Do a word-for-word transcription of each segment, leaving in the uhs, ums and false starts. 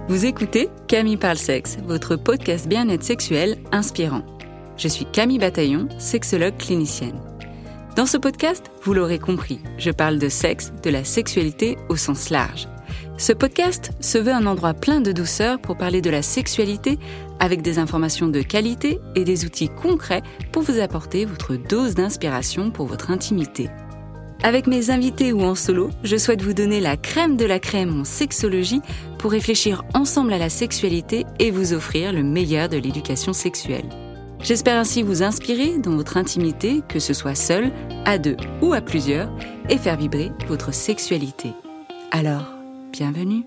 Vous écoutez Camille parle sexe, votre podcast bien-être sexuel inspirant. Je suis Camille Bataillon, sexologue clinicienne. Dans ce podcast, vous l'aurez compris, je parle de sexe, de la sexualité au sens large. Ce podcast se veut un endroit plein de douceur pour parler de la sexualité avec des informations de qualité et des outils concrets pour vous apporter votre dose d'inspiration pour votre intimité. Avec mes invités ou en solo, je souhaite vous donner la crème de la crème en sexologie pour réfléchir ensemble à la sexualité et vous offrir le meilleur de l'éducation sexuelle. J'espère ainsi vous inspirer dans votre intimité, que ce soit seul, à deux ou à plusieurs, et faire vibrer votre sexualité. Alors, bienvenue.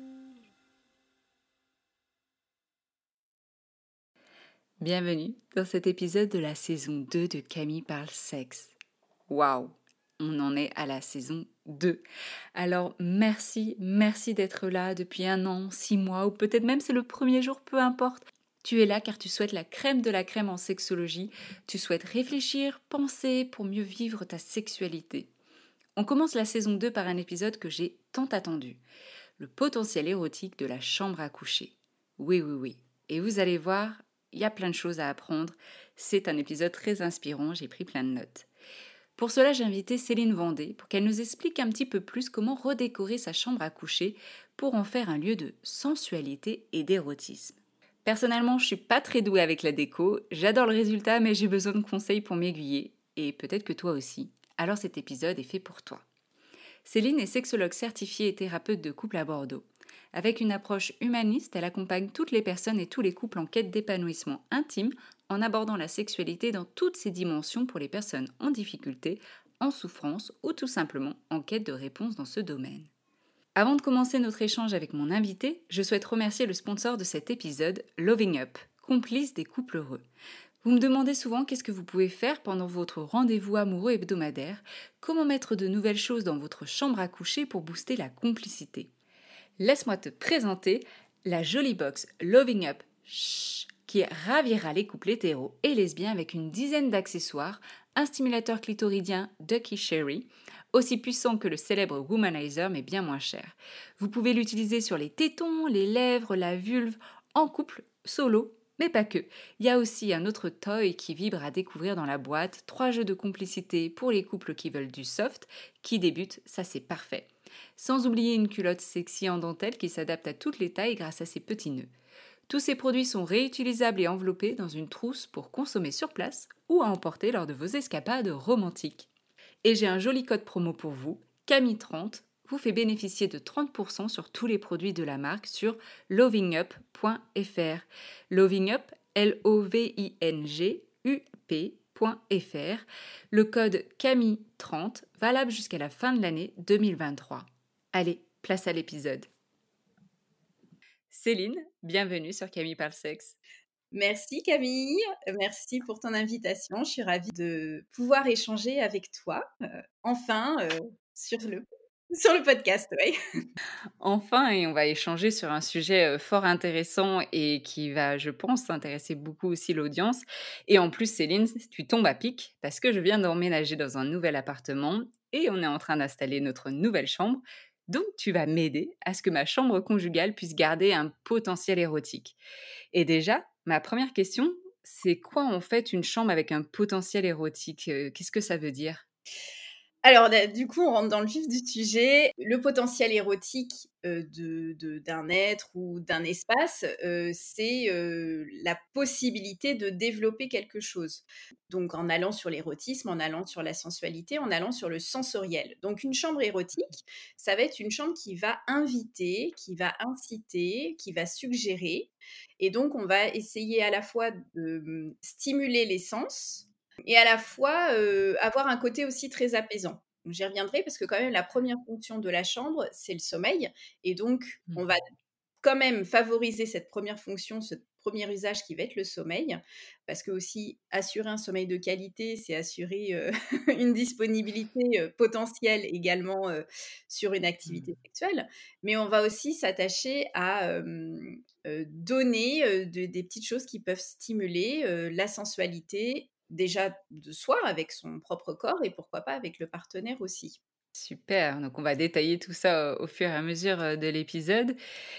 Bienvenue dans cet épisode de la saison deux de Camille parle sexe. Waouh! On en est à la saison deux. Alors merci, merci d'être là depuis un an, six mois ou peut-être même c'est le premier jour, peu importe. Tu es là car tu souhaites la crème de la crème en sexologie. Tu souhaites réfléchir, penser pour mieux vivre ta sexualité. On commence la saison deux par un épisode que j'ai tant attendu. Le potentiel érotique de la chambre à coucher. Oui, oui, oui. Et vous allez voir, il y a plein de choses à apprendre. C'est un épisode très inspirant, j'ai pris plein de notes. Pour cela, j'ai invité Céline Vendée pour qu'elle nous explique un petit peu plus comment redécorer sa chambre à coucher pour en faire un lieu de sensualité et d'érotisme. Personnellement, je suis pas très douée avec la déco, j'adore le résultat mais j'ai besoin de conseils pour m'aiguiller, et peut-être que toi aussi. Alors cet épisode est fait pour toi. Céline est sexologue certifiée et thérapeute de couple à Bordeaux. Avec une approche humaniste, elle accompagne toutes les personnes et tous les couples en quête d'épanouissement intime en abordant la sexualité dans toutes ses dimensions pour les personnes en difficulté, en souffrance ou tout simplement en quête de réponse dans ce domaine. Avant de commencer notre échange avec mon invité, je souhaite remercier le sponsor de cet épisode, Loving Up, complice des couples heureux. Vous me demandez souvent qu'est-ce que vous pouvez faire pendant votre rendez-vous amoureux hebdomadaire, comment mettre de nouvelles choses dans votre chambre à coucher pour booster la complicité. Laisse-moi te présenter la jolie box Loving Up Shh, qui ravira les couples hétéros et lesbiens avec une dizaine d'accessoires, un stimulateur clitoridien Ducky Sherry, aussi puissant que le célèbre Womanizer mais bien moins cher. Vous pouvez l'utiliser sur les tétons, les lèvres, la vulve, en couple, solo, mais pas que. Il y a aussi un autre toy qui vibre à découvrir dans la boîte, trois jeux de complicité pour les couples qui veulent du soft, qui débutent, ça c'est parfait. Sans oublier une culotte sexy en dentelle qui s'adapte à toutes les tailles grâce à ses petits nœuds. Tous ces produits sont réutilisables et enveloppés dans une trousse pour consommer sur place ou à emporter lors de vos escapades romantiques. Et j'ai un joli code promo pour vous, Camille trente, vous fait bénéficier de trente pour cent sur tous les produits de la marque sur lovingup point f r. Lovingup, L O V I N G U P point F R. Le code Camille trente, valable jusqu'à la fin de l'année deux mille vingt-trois. Allez, place à l'épisode. Céline, bienvenue sur Camille parle sexe. Merci Camille, merci pour ton invitation. Je suis ravie de pouvoir échanger avec toi, euh, enfin, euh, sur le, sur le podcast. Ouais. Enfin, et on va échanger sur un sujet euh, fort intéressant et qui va, je pense, intéresser beaucoup aussi l'audience. Et en plus, Céline, tu tombes à pic parce que je viens d'emménager dans un nouvel appartement et on est en train d'installer notre nouvelle chambre. Donc, tu vas m'aider à ce que ma chambre conjugale puisse garder un potentiel érotique. Et déjà, ma première question, c'est quoi en fait une chambre avec un potentiel érotique? Euh, Qu'est-ce que ça veut dire? Alors, da- du coup, on rentre dans le vif du sujet. Le potentiel érotique euh, de, de- d'un être ou d'un espace, euh, c'est euh, la possibilité de développer quelque chose. Donc, en allant sur l'érotisme, en allant sur la sensualité, en allant sur le sensoriel. Donc, une chambre érotique, ça va être une chambre qui va inviter, qui va inciter, qui va suggérer. Et donc, on va essayer à la fois de hum, stimuler les sens et à la fois euh, avoir un côté aussi très apaisant. Donc, j'y reviendrai parce que quand même la première fonction de la chambre, c'est le sommeil. Et donc, on va quand même favoriser cette première fonction, ce premier usage qui va être le sommeil, parce que aussi assurer un sommeil de qualité, c'est assurer euh, une disponibilité euh, potentielle également euh, sur une activité sexuelle, mais on va aussi s'attacher à euh, euh, donner euh, de- des petites choses qui peuvent stimuler euh, la sensualité déjà de soi avec son propre corps et pourquoi pas avec le partenaire aussi. Super, donc on va détailler tout ça, heu, au fur et à mesure, heu, de l'épisode.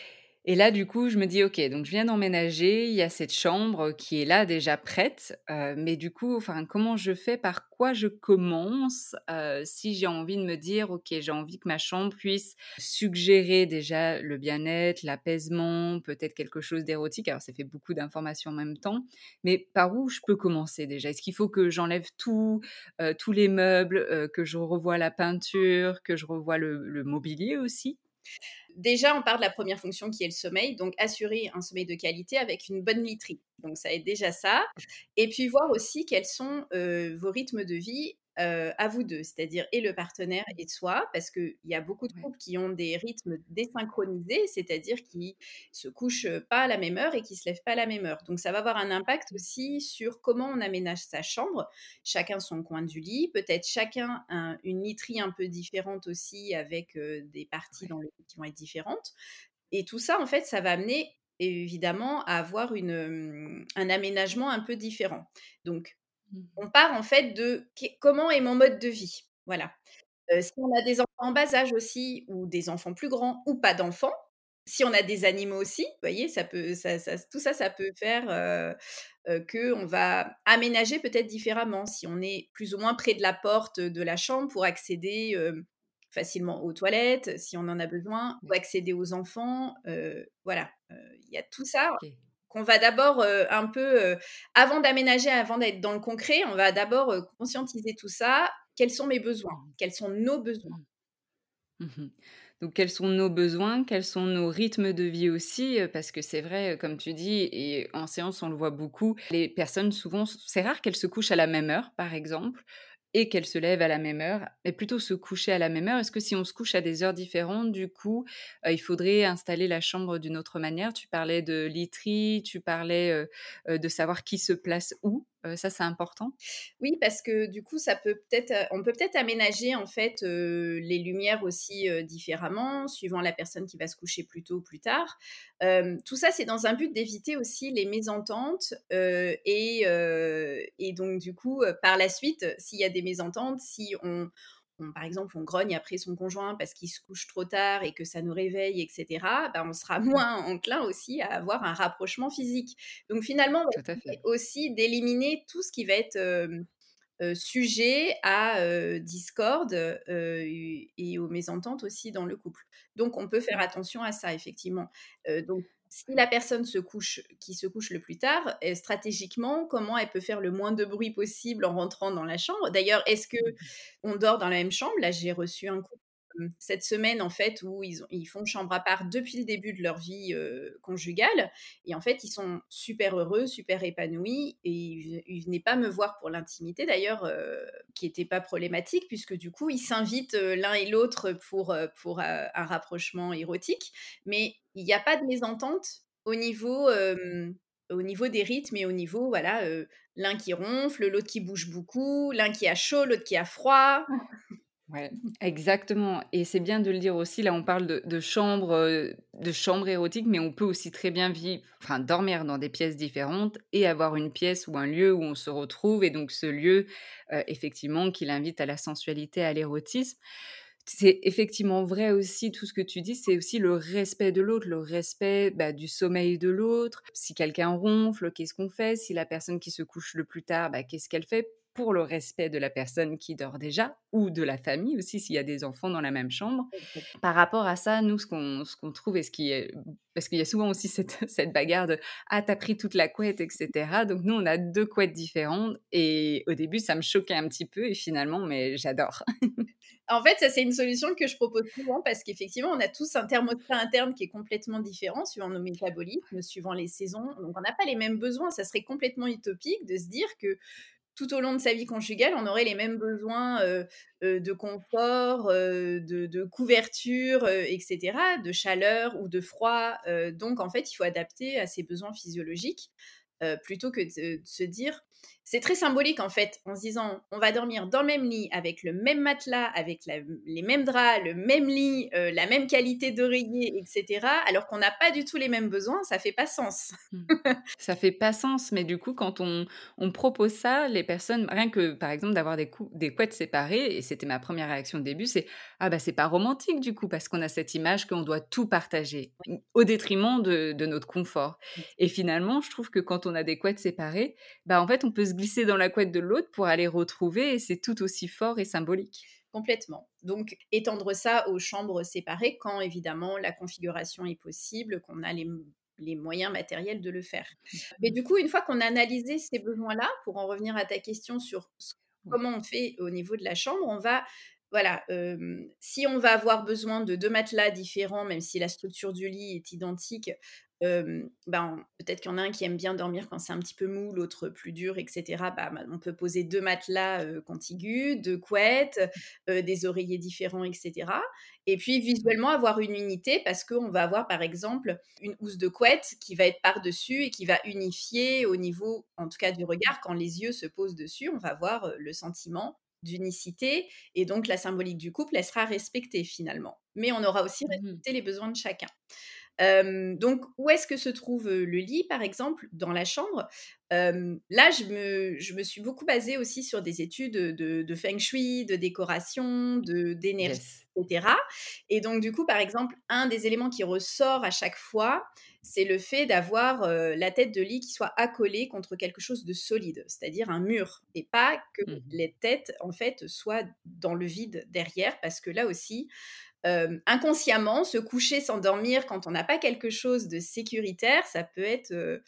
Et là, du coup, je me dis: «OK, donc je viens d'emménager, il y a cette chambre qui est là déjà prête, heu, mais du coup, enfin, comment je fais? Par quoi je commence?» Heu, si j'ai envie de me dire: «OK, j'ai envie que ma chambre puisse suggérer déjà le bien-être, l'apaisement, peut-être quelque chose d'érotique». Alors ça fait beaucoup d'informations en même temps, mais par où je peux commencer déjà? Est-ce qu'il faut que j'enlève tout, heu, tous les meubles, heu, que je revoie la peinture, que je revoie le le mobilier aussi? Déjà, on part de la première fonction qui est le sommeil, donc assurer un sommeil de qualité avec une bonne literie. Donc ça aide déjà ça. Et puis voir aussi quels sont, heu, vos rythmes de vie, heu, à vous deux, c'est-à-dire et le partenaire et soi, parce qu'il y a beaucoup de Ouais, couples qui ont des rythmes désynchronisés, c'est-à-dire qui se couchent, pas à la même heure et qui se lèvent pas à la même heure. Donc ça va avoir un impact aussi sur comment on aménage sa chambre. Chacun son coin du lit, peut-être chacun un une literie un peu différente aussi avec, heu, des parties ouais. dans le lit qui vont être différentes et tout ça, en fait, ça va amener évidemment à avoir une, hem, un aménagement un peu différent. Donc Mmh. on part en fait de qué comment est mon mode de vie? Voilà. Heu, si on a des enfants en bas âge aussi ou des enfants plus grands ou pas d'enfants, si on a des animaux aussi, vous voyez, ça peut ça ça tout ça, ça peut faire, heu heu, qu'on va aménager peut-être différemment. Si on est plus ou moins près de la porte de la chambre pour accéder, hem, facilement aux toilettes, si on en a besoin, ou Ouais, accéder aux enfants, heu, voilà, heu, il y a tout ça OK. qu'on va d'abord, heu, un peu, heu, avant d'aménager, avant d'être dans le concret, on va d'abord, heu, conscientiser tout ça. Quels sont mes besoins? Mmh Quels sont nos besoins? mh. Mmh. Donc quels sont nos besoins? Quels sont nos rythmes de vie aussi? Heu, parce que c'est vrai, heu, comme tu dis et en séance, on le voit beaucoup, les personnes souvent s c'est rare qu'elles se couchent à la même heure, par exemple et qu'elles se lèvent à la même heure, mais plutôt se coucher à la même heure. Est-ce que si on se couche à des heures différentes, du coup, heu, il faudrait installer la chambre d'une autre manière? Tu parlais de literie, tu parlais, heu heu, de savoir qui se place où, heu, ça, c'est important? Oui, parce que du coup, ça peut peut-être, heu, on peut peut-être aménager en fait, heu, les lumières aussi, heu, différemment, suivant la personne qui va se coucher plus tôt ou plus tard. Hem, tout ça, c'est dans un but d'éviter aussi les mésententes, heu et heu et donc du coup, heu, par la suite, s'il y a des mésententes, si on on par exemple, on grogne après son conjoint parce qu'il se couche trop tard et que ça nous réveille et cetera, bah, on sera Mmh. moins enclin aussi à avoir un rapprochement physique. Donc finalement, on va Tout à fait. essayer aussi d'éliminer tout ce qui va être, hem heu, sujet à, heu, discorde, heu, et aux mésententes aussi dans le couple. Donc on peut faire Mmh. attention à ça effectivement. Heu, donc si la personne se couche qui se couche le plus tard, heu, stratégiquement, comment elle peut faire le moins de bruit possible en rentrant dans la chambre? D'ailleurs, est-ce Mmh. qu'on dort dans la même chambre? Là, j'ai reçu un couple, hem, cette semaine en fait où ils ont ils font chambre à part depuis le début de leur vie, heu, conjugale et en fait, ils sont super heureux, super épanouis et ils ils venaient pas me voir pour l'intimité d'ailleurs, heu, qui était pas problématique puisque du coup, ils s'invitent, heu, l'un et l'autre pour, heu, pour, heu, un rapprochement érotique. Mais il y a pas de mésentente au niveau, hem, au niveau des rythmes et au niveau voilà, heu, l'un qui ronfle, l'autre qui bouge beaucoup, l'un qui a chaud, l'autre qui a froid. Ouais, exactement et c'est bien de le dire aussi, là, on parle de de chambre, heu, de chambre érotique, mais on peut aussi très bien vivre enfin, dormir dans des pièces différentes et avoir une pièce ou un lieu où on se retrouve et donc ce lieu, heu, effectivement, qui l'invite à la sensualité, à l'érotisme. C'est effectivement vrai aussi tout ce que tu dis, c'est aussi le respect de l'autre, le respect, bah, du sommeil de l'autre. Si quelqu'un ronfle, qu'est-ce qu'on fait? Si la personne qui se couche le plus tard, bah, qu'est-ce qu'elle fait? Pour le respect de la personne qui dort déjà ou de la famille aussi, s'il y a des enfants dans la même chambre. Par rapport à ça, nous, ce qu'on ce qu'on trouve et ce qui est parce qu'il y a souvent aussi cette cette bagarre de: «Ah, tu as pris toute la couette» et cetera. Donc nous, on a deux couettes différentes et au début, ça me choquait un petit peu et finalement, mais j'adore. En fait, ça, c'est une solution que je propose souvent parce qu'effectivement, on a tous un thermostat interne qui est complètement différent suivant nos métabolismes, suivant les saisons. Donc, on n'a pas les mêmes besoins. Ça serait complètement utopique de se dire que tout au long de sa vie conjugale, on aurait les mêmes besoins, heu heu, de confort, heu, de de couverture, heu, et cetera, de chaleur ou de froid. Heu, donc en fait, il faut adapter à ses besoins physiologiques, heu, plutôt que de de se dire c'est très symbolique en fait, en se disant: «On va dormir dans le même lit, avec le même matelas, avec la les mêmes draps, le même lit, heu, la même qualité d'oreiller et cetera», alors qu'on n'a pas du tout les mêmes besoins, ça fait pas sens. Mmh. Ça fait pas sens, mais du coup, quand on on propose ça, les personnes rien que, par exemple, d'avoir des cou des couettes séparées et c'était ma première réaction au début, c'est: «Ah bah, c'est pas romantique du coup», parce qu'on a cette image qu'on doit tout partager, mmh, au détriment de de notre confort et finalement, je trouve que quand on a des couettes séparées, bah, en fait, on peut se glisser dans la couette de l'autre pour aller retrouver et c'est tout aussi fort et symbolique. Complètement. Donc étendre ça aux chambres séparées quand évidemment la configuration est possible, qu'on a les m les moyens matériels de le faire. Mais Mmh. du coup, une fois qu'on a analysé ces besoins-là, pour en revenir à ta question sur ce Ouais. comment on fait au niveau de la chambre, on va voilà, hem, si on va avoir besoin de deux matelas différents, même si la structure du lit est identique, hem, ben, peut-être qu'il y en a un qui aime bien dormir quand c'est un petit peu mou, l'autre plus dur et cetera. Bah, ma on peut poser deux matelas, heu, contigus, deux couettes, heu, des oreillers différents et cetera et puis Ouais. visuellement avoir une unité parce qu'on va avoir par exemple une housse de couette qui va être par-dessus et qui va unifier au niveau, en tout cas du regard, quand les yeux se posent dessus, on va avoir, heu, le sentiment d'unicité et donc la symbolique du couple, elle sera respectée finalement. Mais on aura aussi Mmh. respecté les besoins de chacun. Hem, donc où est-ce que se trouve, heu, le lit par exemple? Dans la chambre. Hem, là je me je me suis beaucoup basée aussi sur des études, de de feng shui, de décoration, de d'énergie Yes. et cetera et donc du coup, par exemple, un des éléments qui ressort à chaque fois, c'est le fait d'avoir, heu, la tête de lit qui soit accolée contre quelque chose de solide, c'est-à-dire un mur et pas que Mmh. les têtes en fait soient dans le vide derrière parce que là aussi, Hem, inconsciemment, se coucher, s'endormir quand on n'a pas quelque chose de sécuritaire, ça peut être, heu,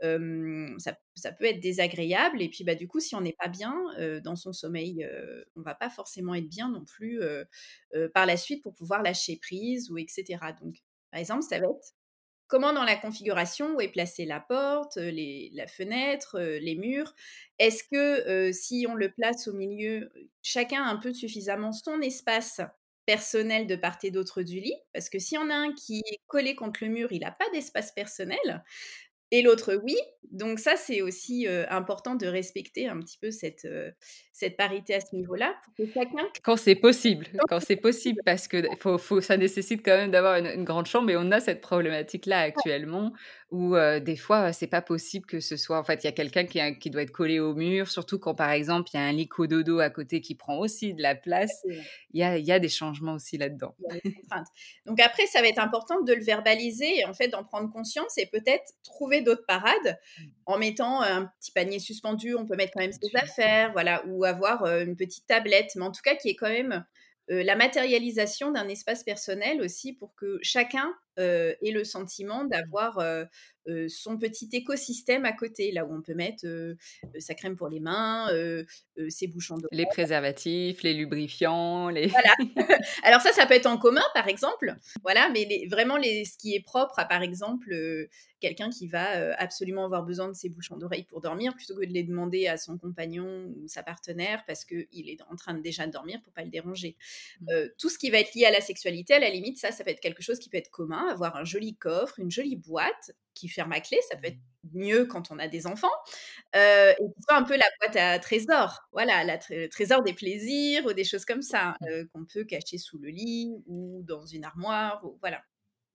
hem, ça ça peut être désagréable et puis, bah, du coup, si on n'est pas bien, heu, dans son sommeil, heu, on va pas forcément être bien non plus, heu heu, par la suite pour pouvoir lâcher prise ou et cetera. Donc, par exemple, ça va être comment dans la configuration, où est placée la porte, heu, les la fenêtre, heu, les murs? Est-ce que, heu, si on le place au milieu, chacun a un peu suffisamment son espace personnel de part et d'autre du lit? Parce que s'il y en a un qui est collé contre le mur, il a pas d'espace personnel et l'autre oui. Donc ça, c'est aussi, heu, important de respecter un petit peu cette, heu, cette parité à ce niveau-là pour que chacun Quand c'est possible, quand c'est possible parce que faut faut ça nécessite quand même d'avoir une une grande chambre et on a cette problématique-là actuellement où, heu, des fois, c'est pas possible que ce soit en fait, il y a quelqu'un qui a qui doit être collé au mur, surtout quand, par exemple, il y a un lit cododo à côté qui prend aussi de la place. Il y a il y a des changements aussi là-dedans. Il y a des contraintes. Donc après, ça va être important de le verbaliser et en fait d'en prendre conscience et peut-être trouver d'autres parades Mmh. en mettant un petit panier suspendu, on peut mettre quand même ses Tu affaires, voilà, ou avoir, heu, une petite tablette, mais en tout cas qui est quand même, heu, la matérialisation d'un espace personnel aussi pour que chacun, heu, ait le sentiment mmh. d'avoir, heu heu, son petit écosystème à côté, là où on peut mettre, heu, sa crème pour les mains, heu heu, ses bouchons d'eau. Les préservatifs, les lubrifiants, les Voilà. Alors ça, ça peut être en commun, par exemple, voilà, mais les vraiment les ce qui est propre à, par exemple, heu, quelqu'un qui va, heu, absolument avoir besoin de ses bouchons d'oreilles pour dormir, plutôt que de les demander à son compagnon ou sa partenaire parce qu'il est en train de déjà de dormir pour pas le déranger. Mmh. Heu, tout ce qui va être lié à la sexualité, à la limite, ça, ça peut être quelque chose qui peut être commun, avoir un joli coffre, une jolie boîte qui ferme à clé, ça peut être Mmh. mieux quand on a des enfants. Heu et qui soit un peu la boîte à trésors. Voilà, la tré le trésor des plaisirs ou des choses comme ça, Mmh. heu, qu'on peut cacher sous le lit ou dans une armoire ou voilà.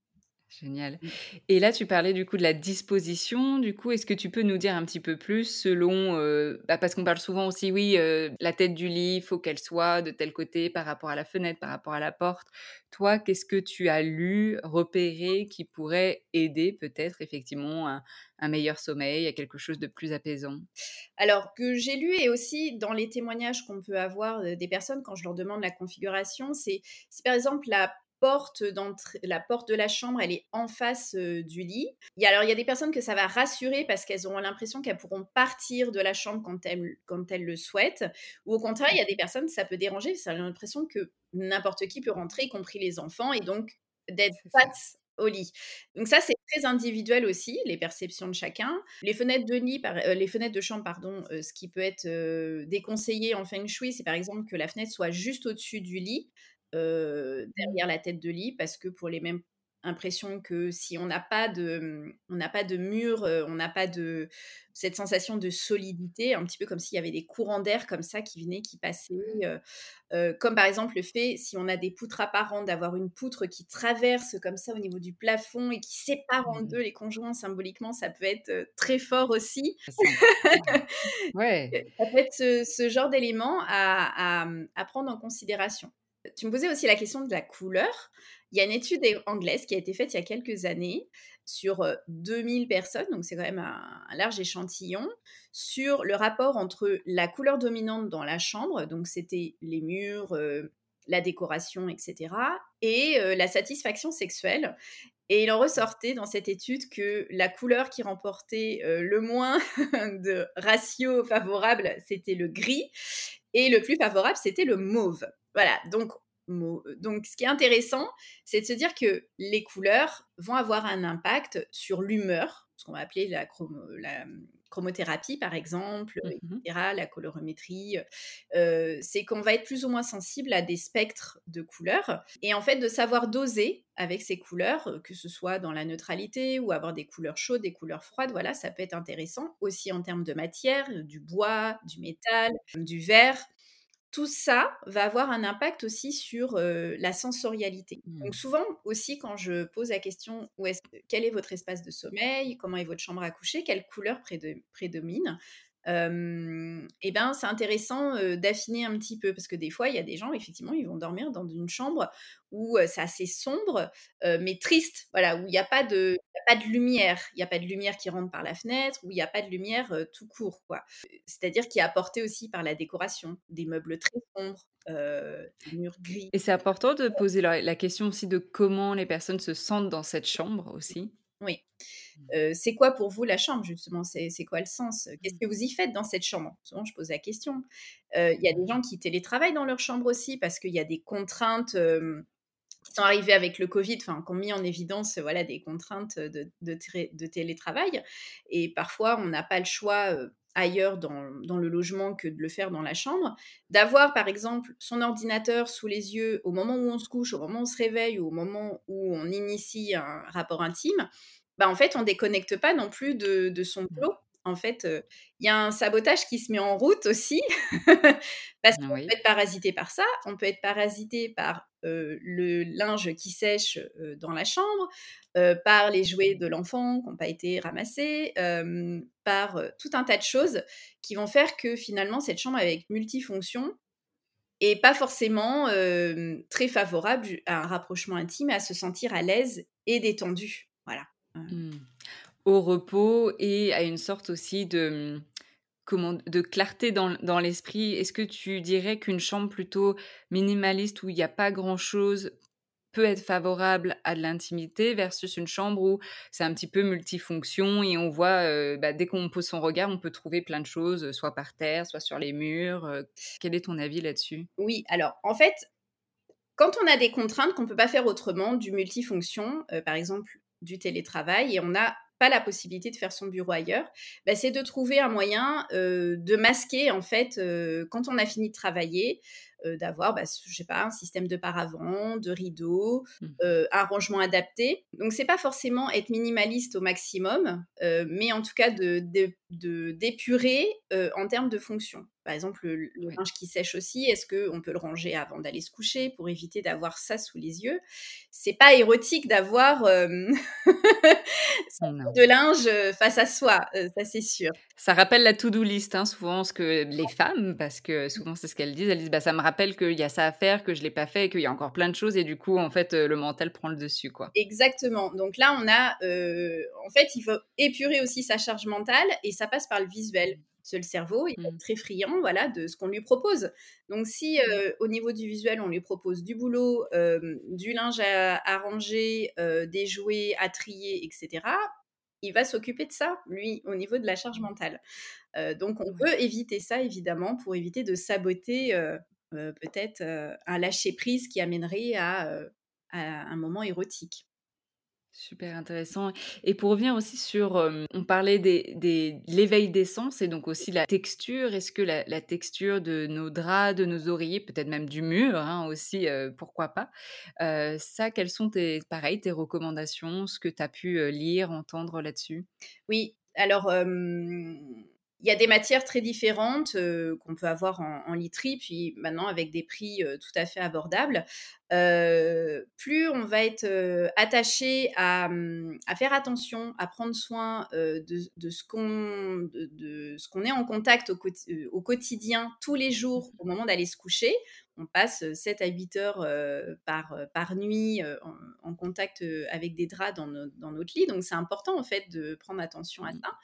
Génial. Mmh. Et là, tu parlais du coup de la disposition. Du coup, est-ce que tu peux nous dire un petit peu plus selon, heu, bah, parce qu'on parle souvent aussi, oui, heu, la tête du lit, il faut qu'elle soit de tel côté par rapport à la fenêtre, par rapport à la porte. Toi, qu'est-ce que tu as lu, repéré qui pourrait aider peut-être effectivement un un meilleur sommeil, à quelque chose de plus apaisant? Alors que j'ai lu et aussi dans les témoignages qu'on peut avoir, heu, des personnes quand je leur demande la configuration, c'est si par exemple la porte d'entrée la porte de la chambre, elle est en face, heu, du lit. Il y a alors il y a des personnes que ça va rassurer parce qu'elles auront l'impression qu'elles pourront partir de la chambre quand elles quand elles le souhaitent ou au contraire, il y a des Mmh. personnes, ça peut déranger, ça a l'impression que n'importe qui peut rentrer, y compris les enfants et donc d'être C'est ça. face au lit. Donc ça, c'est très individuel aussi, les perceptions de chacun. Les fenêtres de lit par heu, les fenêtres de chambre pardon, heu, ce qui peut être, heu, déconseillé en feng shui, c'est par exemple que la fenêtre soit juste au-dessus du lit, heu, Mmh. derrière la tête de lit parce que pour les mêmes impression que si on n'a pas de, mmh, on n'a pas de mur, heu, on n'a pas de cette sensation de solidité, un petit peu comme s'il y avait des courants d'air comme ça qui venaient, qui passaient, heu heu, comme par exemple le fait, si on a des poutres apparentes, d'avoir une poutre qui traverse comme ça au niveau du plafond et qui sépare en Mmh. deux les conjoints symboliquement, ça peut être, heu, très fort aussi. C'est important. Ouais. Heu, ça peut être ce ce genre d'élément à à, mmh, à prendre en considération. Tu me posais aussi la question de la couleur. Il y a une étude é anglaise qui a été faite il y a quelques années sur, heu, deux mille personnes, donc c'est quand même un un large échantillon, sur le rapport entre la couleur dominante dans la chambre, donc c'était les murs, heu, la décoration et cetera et heu, la satisfaction sexuelle et il en ressortait dans cette étude que la couleur qui remportait, heu, le moins de ratio favorable, c'était le gris et le plus favorable, c'était le mauve. Voilà, donc mau donc ce qui est intéressant, c'est de se dire que les couleurs vont avoir un impact sur l'humeur, ce qu'on va appeler la chromo la, mmh, chromothérapie par exemple, Mmh et mh. cetera, la colorimétrie, heu, c'est qu'on va être plus ou moins sensible à des spectres de couleurs et en fait de savoir doser avec ces couleurs, heu, que ce soit dans la neutralité ou avoir des couleurs chaudes, des couleurs froides, voilà, ça peut être intéressant aussi en termes de matière, heu, du bois, du métal, du verre. Tout ça va avoir un impact aussi sur, heu, la sensorialité. Mmh. Donc souvent aussi quand je pose la question: «Où est-ce quel est votre espace de sommeil? Comment est votre chambre à coucher? Quelle couleur préde prédomine?» hem et ben, c'est intéressant, heu, d'affiner un petit peu parce que des fois, il y a des gens, effectivement, ils vont dormir dans une chambre où, heu, c'est assez sombre, heu, mais triste, voilà, où il y a pas de il y a pas de lumière. Il y a pas de lumière qui rentre par la fenêtre, où il y a pas de lumière, heu, tout court, quoi. C'est-à-dire qui est apporté aussi par la décoration, des meubles très sombres, heu, des murs gris. Et c'est important de poser la la question aussi de comment les personnes se sentent dans cette chambre aussi? Oui. Mmh. Heu, c'est quoi pour vous la chambre justement? C'est c'est quoi le sens? Qu'est-ce Mmh. que vous y faites dans cette chambre? Souvent je pose la question. Heu, il y a des gens qui télétravaillent dans leur chambre aussi parce qu'il y a des contraintes, hem, qui sont arrivées avec le covid, enfin qui ont mis en évidence, heu, voilà des contraintes, heu, de de tré de télétravail et parfois on n'a pas le choix, heu, ailleurs dans dans le logement que de le faire dans la chambre. D'avoir par exemple son ordinateur sous les yeux au moment où on se couche, au moment où on se réveille ou au moment où on initie un rapport intime, bah, en fait on déconnecte pas non plus de de son Mmh. boulot. En fait, heu, il y a un sabotage qui se met en route aussi parce qu'on peut Oui. être parasité par ça, on peut être parasité par, heu, le linge qui sèche, heu, dans la chambre, heu, par les jouets de l'enfant qui ont pas été ramassés, hem, par, heu, tout un tas de choses qui vont faire que finalement cette chambre avec multifonction est pas forcément, hem, très favorable ju à un rapprochement intime et à se sentir à l'aise et détendu. Voilà. Heu, Mmh. Au repos et à une sorte aussi de, mmh, comment de clarté dans l dans l'esprit. Est-ce que tu dirais qu'une chambre plutôt minimaliste où il y a pas grand-chose peut être favorable à de l'intimité versus une chambre où c'est un petit peu multifonction et on voit, heu, bah, dès qu'on pose son regard, on peut trouver plein de choses, heu, soit par terre, soit sur les murs, heu, quel est ton avis là-dessus? oui, alors en fait, quand on a des contraintes qu'on ne peut pas faire autrement, du multifonction, heu, par exemple du télétravail et on n'a pas la possibilité de faire son bureau ailleurs, bah, c'est de trouver un moyen, heu, de masquer en fait, heu, quand on a fini de travailler, heu, d'avoir, bah, s je sais pas, un système de paravent, de rideaux, Mmh. heu, un rangement adapté. Donc c'est pas forcément être minimaliste au maximum, heu, mais en tout cas de de de d'épurer, heu, en termes de fonction. Par exemple, le le Oui. linge qui sèche aussi, est-ce qu'on peut le ranger avant d'aller se coucher pour éviter d'avoir ça sous les yeux? C'est pas érotique d'avoir, hem, son Non. de linge, heu, face à soi, heu, ça c'est sûr. Ça rappelle la to-do list, hein, souvent ce que les femmes, parce que souvent c'est ce qu'elles disent, elles disent: «Bah, ça me rappelle qu'il y a ça à faire, que je l'ai pas fait et qu'il y a encore plein de choses» et du coup, en fait, heu, le mental prend le dessus, quoi. Exactement. Donc là, on a, heu, en fait, il faut épurer aussi sa charge mentale et ça passe par le visuel. Mmh. Parce que le cerveau, il va être Mmh. très friand, voilà, de ce qu'on lui propose. Donc si, Mmh. heu, au niveau du visuel, on lui propose du boulot, hem, du linge à à ranger, heu, des jouets à trier et cetera, il va s'occuper de ça, lui, au niveau de la charge Mmh. mentale. Heu, donc on Ouais. peut éviter ça évidemment pour éviter de saboter, heu heu, peut-être, heu, un lâcher prise qui amènerait à, heu, à un moment érotique. Super intéressant et pour revenir aussi sur, hem, on parlait des des l'éveil des sens et donc aussi la texture. Est-ce que la la texture de nos draps, de nos oreillers, peut-être même du mur, hein, aussi, heu, pourquoi pas? Heu, ça, quelles sont tes pareil, tes recommandations, ce que tu as pu, heu, lire, entendre là-dessus? Oui, alors, hem, il y a des matières très différentes, heu, qu'on peut avoir en en literie, puis maintenant avec des prix, heu, tout à fait abordables. Heu, plus on va être, heu, attaché à, mmh, à faire attention, à prendre soin, heu, de de ce qu'on de de ce qu'on est en contact au quoti heu, au quotidien, tous les jours, au moment d'aller se coucher. On passe, heu, sept à huit heures, heu, par, heu, par nuit, heu, en en contact, heu, avec des draps dans no dans notre lit, donc c'est important en fait de prendre attention à Mmh. ça.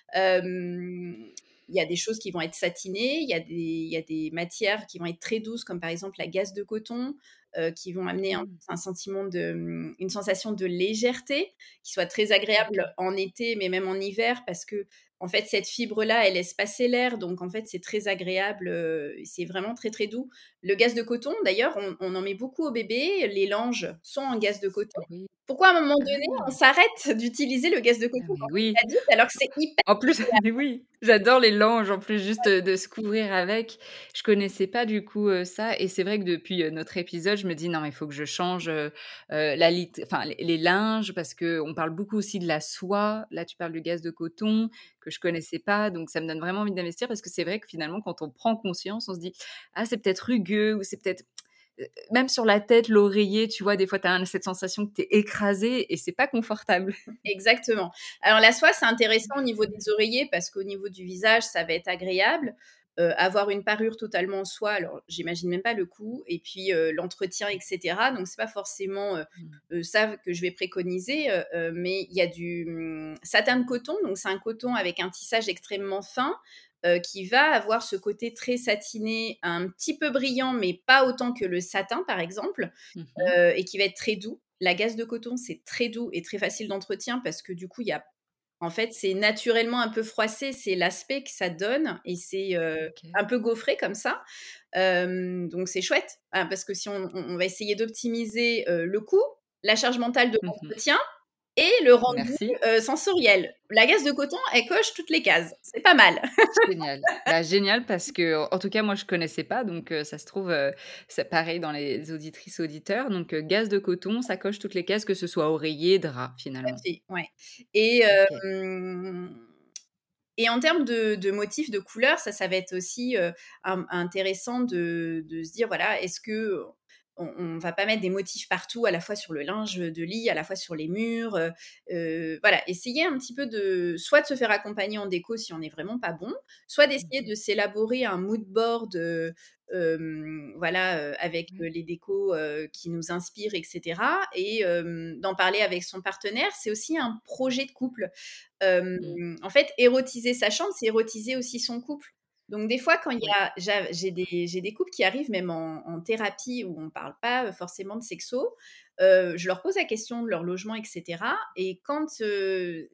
Hem, il y a des choses qui vont être satinées, il y a des il y a des matières qui vont être très douces, comme par exemple la gaze de coton, heu, qui vont amener un Mmh. un sentiment de, mmh, une sensation de légèreté, qui soit très agréable OK. en été, mais même en hiver parce que en fait, cette fibre-là, elle laisse passer l'air, donc en fait, c'est très agréable, heu, et c'est vraiment très, très doux. Le gaze de coton, d'ailleurs, on on en met beaucoup aux bébés, les langes sont en gaze de coton. Oui. Pourquoi à un moment donné, on Ah! s'arrête d'utiliser le gaze de Ah coton mais quand oui. on est adulte alors que c'est hyper En plus, agréable? mais oui, j'adore les langes en plus, juste, heu, de se couvrir avec. Je connaissais pas du coup, heu, ça et c'est vrai que depuis, heu, notre épisode, je me dis: «Non, mais il faut que je change, heu heu, la lit enfin les les linges» parce qu'on parle beaucoup aussi de la soie. Là, tu parles du gaze de coton que je connaissais pas, donc ça me donne vraiment envie d'investir parce que c'est vrai que finalement, quand on prend conscience, on se dit: «Ah, c'est peut-être rugueux ou c'est peut-être» heu, même sur la tête, l'oreiller, tu vois, des fois, tu as cette sensation que tu es écrasé et c'est pas confortable. Exactement. Alors la soie, c'est intéressant au niveau des oreillers parce qu'au niveau du visage, ça va être agréable. Heu, avoir une parure totalement en soie, alors j'imagine même pas le coût et puis, heu, l'entretien et cetera, donc c'est pas forcément, heu Mmh. heu, ça que je vais préconiser, heu heu, mais il y a du, mmh, satin de coton, donc c'est un coton avec un tissage extrêmement fin, heu, qui va avoir ce côté très satiné, un petit peu brillant, mais pas autant que le satin, par exemple, Mmh mh. heu, et qui va être très doux. La gaze de coton, c'est très doux et très facile d'entretien parce que du coup, il y a en fait, c'est naturellement un peu froissé, c'est l'aspect que ça donne et c'est, heu, OK. un peu gaufré comme ça. Hem, donc c'est chouette, hein, parce que si on on on va essayer d'optimiser, heu, le coût, la charge mentale de Mmh mh. l'entretien et le rendu, Merci. heu, sensoriel. La gaze de coton, elle coche toutes les cases. C'est pas mal. Génial. Bah, génial parce que en tout cas, moi, je connaissais pas donc heu, ça se trouve, heu, c'est pareil dans les auditrices, auditeurs donc heu, gaze de coton, ça coche toutes les cases, que ce soit oreiller, drap, Tout à finalement. fait, ouais et OK. hem et en termes de de motifs, de couleurs, ça, ça va être aussi, heu, in intéressant de de se dire, voilà, est-ce que on on va pas mettre des motifs partout, à la fois sur le linge, de lit, à la fois sur les murs, heu heu, voilà, essayer un petit peu de soit de se faire accompagner en déco si on n'est vraiment pas bon, soit Mmh d'essayer mh. de s'élaborer un mood board, heu, hem, voilà, heu, avec, Ouais. heu, les décos, heu, qui nous inspirent et cetera et hem, d'en parler avec son partenaire. C'est aussi un projet de couple. Hem, Mmh. en fait, érotiser sa chambre, c'est érotiser aussi son couple. Donc des fois, quand il y Oui. a j'a j'ai des j'ai des couples qui arrivent même en en thérapie où on parle pas, heu, forcément de sexo, heu, je leur pose la question de leur logement et cetera et quand, heu,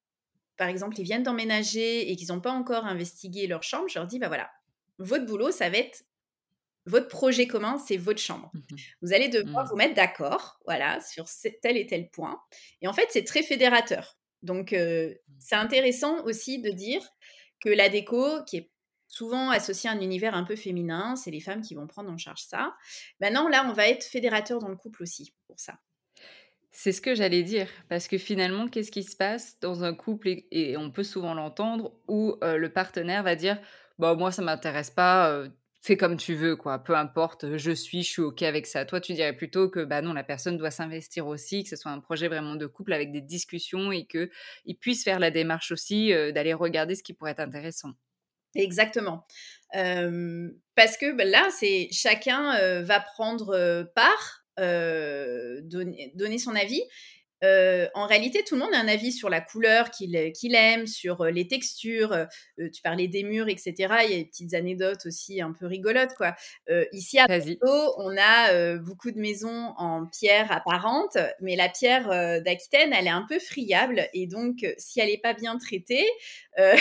par exemple, ils viennent d'emménager et qu'ils ont pas encore investigué leur chambre, je leur dis: «Bah, voilà, votre boulot, ça va être votre projet commun, c'est votre chambre. Mmh mh. Vous allez devoir Mmh. vous mettre d'accord, voilà, sur ce tel et tel point» et en fait, c'est très fédérateur. Donc heu, c'est intéressant aussi de dire que la déco, qui est souvent associée à un univers un peu féminin, c'est les femmes qui vont prendre en charge ça. Maintenant, là, on va être fédérateur dans le couple aussi pour ça. C'est ce que j'allais dire, parce que finalement, qu'est-ce qui se passe dans un couple et et on peut souvent l'entendre où, heu, le partenaire va dire: «Bah, moi ça m'intéresse pas, heu, fais comme tu veux quoi, peu importe, heu, je suis je suis OK avec ça». Toi, tu dirais plutôt que, bah, non, la personne doit s'investir aussi, que ce soit un projet vraiment de couple avec des discussions et qu'ils puissent faire la démarche aussi, heu, d'aller regarder ce qui pourrait être intéressant. Exactement. Hem, parce que, bah, là, c'est chacun, heu, va prendre, heu, part, heu, donner donner son avis. Heu, en réalité, tout le monde a un avis sur la couleur qu'il a qu'il aime, sur, heu, les textures, heu heu, tu parlais des murs et cetera. Il y a des petites anecdotes aussi un peu rigolotes, quoi. Heu, ici à Vas-y. Bordeaux, on a, heu, beaucoup de maisons en pierre apparente, mais la pierre, heu, d'Aquitaine, elle est un peu friable et donc heu, si elle est pas bien traitée, heu,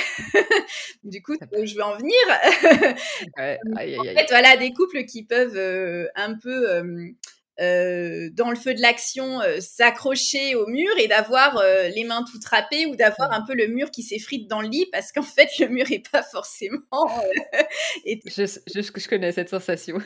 du coup, Ça c'est peut là où je veux en venir. ouais, Hem, aïe, en aïe, fait, aïe. voilà, des couples qui peuvent, heu, un peu, hem heu, dans le feu de l'action, heu, s'accrocher au mur et d'avoir, heu, les mains toutes râpées ou d'avoir Mmh. un peu le mur qui s'effrite dans le lit parce qu'en fait, le mur est pas forcément, heu, été Je s je je connais cette sensation.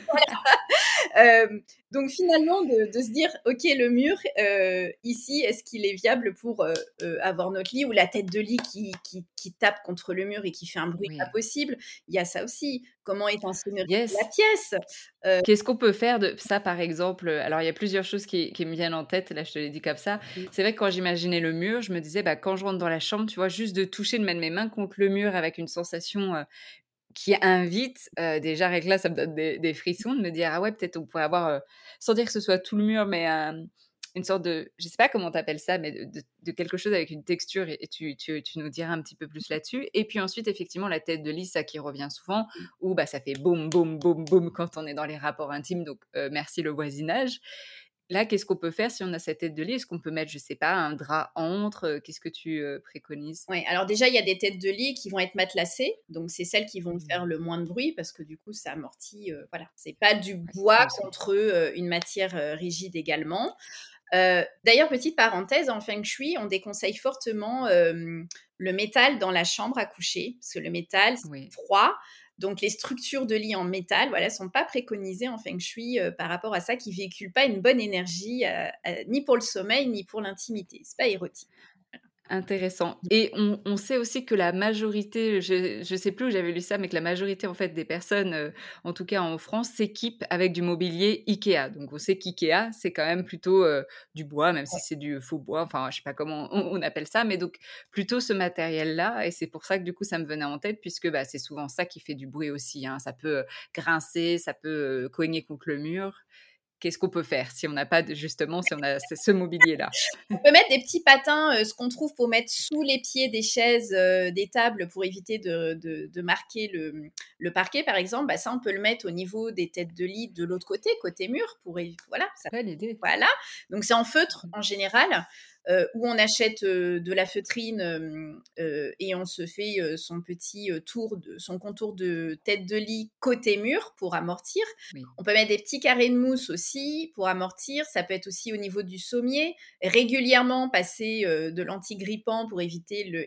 Hem, donc finalement de de se dire: «OK, le mur, heu, ici, est-ce qu'il est viable pour, heu heu, avoir notre lit?» ou la tête de lit qui qui qui tape contre le mur et qui fait un bruit pas Oui. possible. Il y a ça aussi. Comment est insonoriser la Yes. pièce? Heu Qu'est-ce qu'on peut faire de ça, par exemple, heu, alors il y a plusieurs choses qui qui me viennent en tête, là, je te l'ai dit comme ça. Mmh. C'est vrai que quand j'imaginais le mur, je me disais, bah, quand je rentre dans la chambre, tu vois, juste de toucher, de mettre mes mains contre le mur avec une sensation, heu, qui invite, heu, déjà rien que là, ça me donne des des frissons de me dire: «Ah ouais, peut-être on pourrait avoir, heu, sans dire que ce soit tout le mur, mais hem, une sorte de» je sais pas comment tu appelles ça, mais de de de quelque chose avec une texture et et tu tu tu nous diras un petit peu plus là-dessus et puis ensuite, effectivement, la tête de lit, ça qui revient souvent où, bah, ça fait boum, boum, boum, boum quand on est dans les rapports intimes donc heu, merci le voisinage. Là, qu'est-ce qu'on peut faire si on a cette tête de lit? Est-ce qu'on peut mettre, je sais pas, un drap entre? Heu, qu'est-ce que tu, heu, préconises? Ouais, alors déjà, il y a des têtes de lit qui vont être matelassées, donc c'est celles qui vont Mmh. faire le moins de bruit parce que du coup, ça amortit, heu, voilà. C'est pas du Ouais, bois ça aussi. contre, heu, une matière, heu, rigide également. Heu, d'ailleurs, petite parenthèse, en feng shui, on déconseille fortement, hem, le métal dans la chambre à coucher, parce que le métal, c'est Oui. froid, donc les structures de lit en métal, voilà, sont pas préconisées en feng shui, heu, par rapport à ça, qui véhiculent pas une bonne énergie, heu heu, ni pour le sommeil, ni pour l'intimité. C'est pas érotique. Intéressant et on on sait aussi que la majorité, je je sais plus où j'avais lu ça, mais que la majorité, en fait, des personnes, heu, en tout cas en France, s'équipent avec du mobilier IKEA. Donc on sait qu'IKEA, c'est quand même plutôt, heu, du bois, même si c'est du faux bois, enfin, je sais pas comment on on appelle ça, mais donc plutôt ce matériel-là et c'est pour ça que, du coup, ça me venait en tête puisque, bah, c'est souvent ça qui fait du bruit aussi, hein. Ça peut, heu, grincer, ça peut, heu, cogner contre le mur. Qu'est-ce qu'on peut faire si on n'a pas de justement, si on a ce ce mobilier-là? On peut mettre des petits patins, heu, ce qu'on trouve pour mettre sous les pieds des chaises, heu, des tables pour éviter de de de marquer le, mmh, le parquet, par exemple. Bah, ça, on peut le mettre au niveau des têtes de lit de l'autre côté, côté mur pour évi voilà, ça Bonne idée. voilà. Donc c'est en feutre Mmh. en général, heu, ou on achète, heu, de la feutrine, hem, heu, et on se fait, heu, son petit, heu, tour de son contour de tête de lit côté mur pour amortir. Oui. On peut mettre des petits carrés de mousse aussi pour amortir. Ça peut être aussi au niveau du sommier. Régulièrement passer, heu, de l'anti-grippant pour éviter le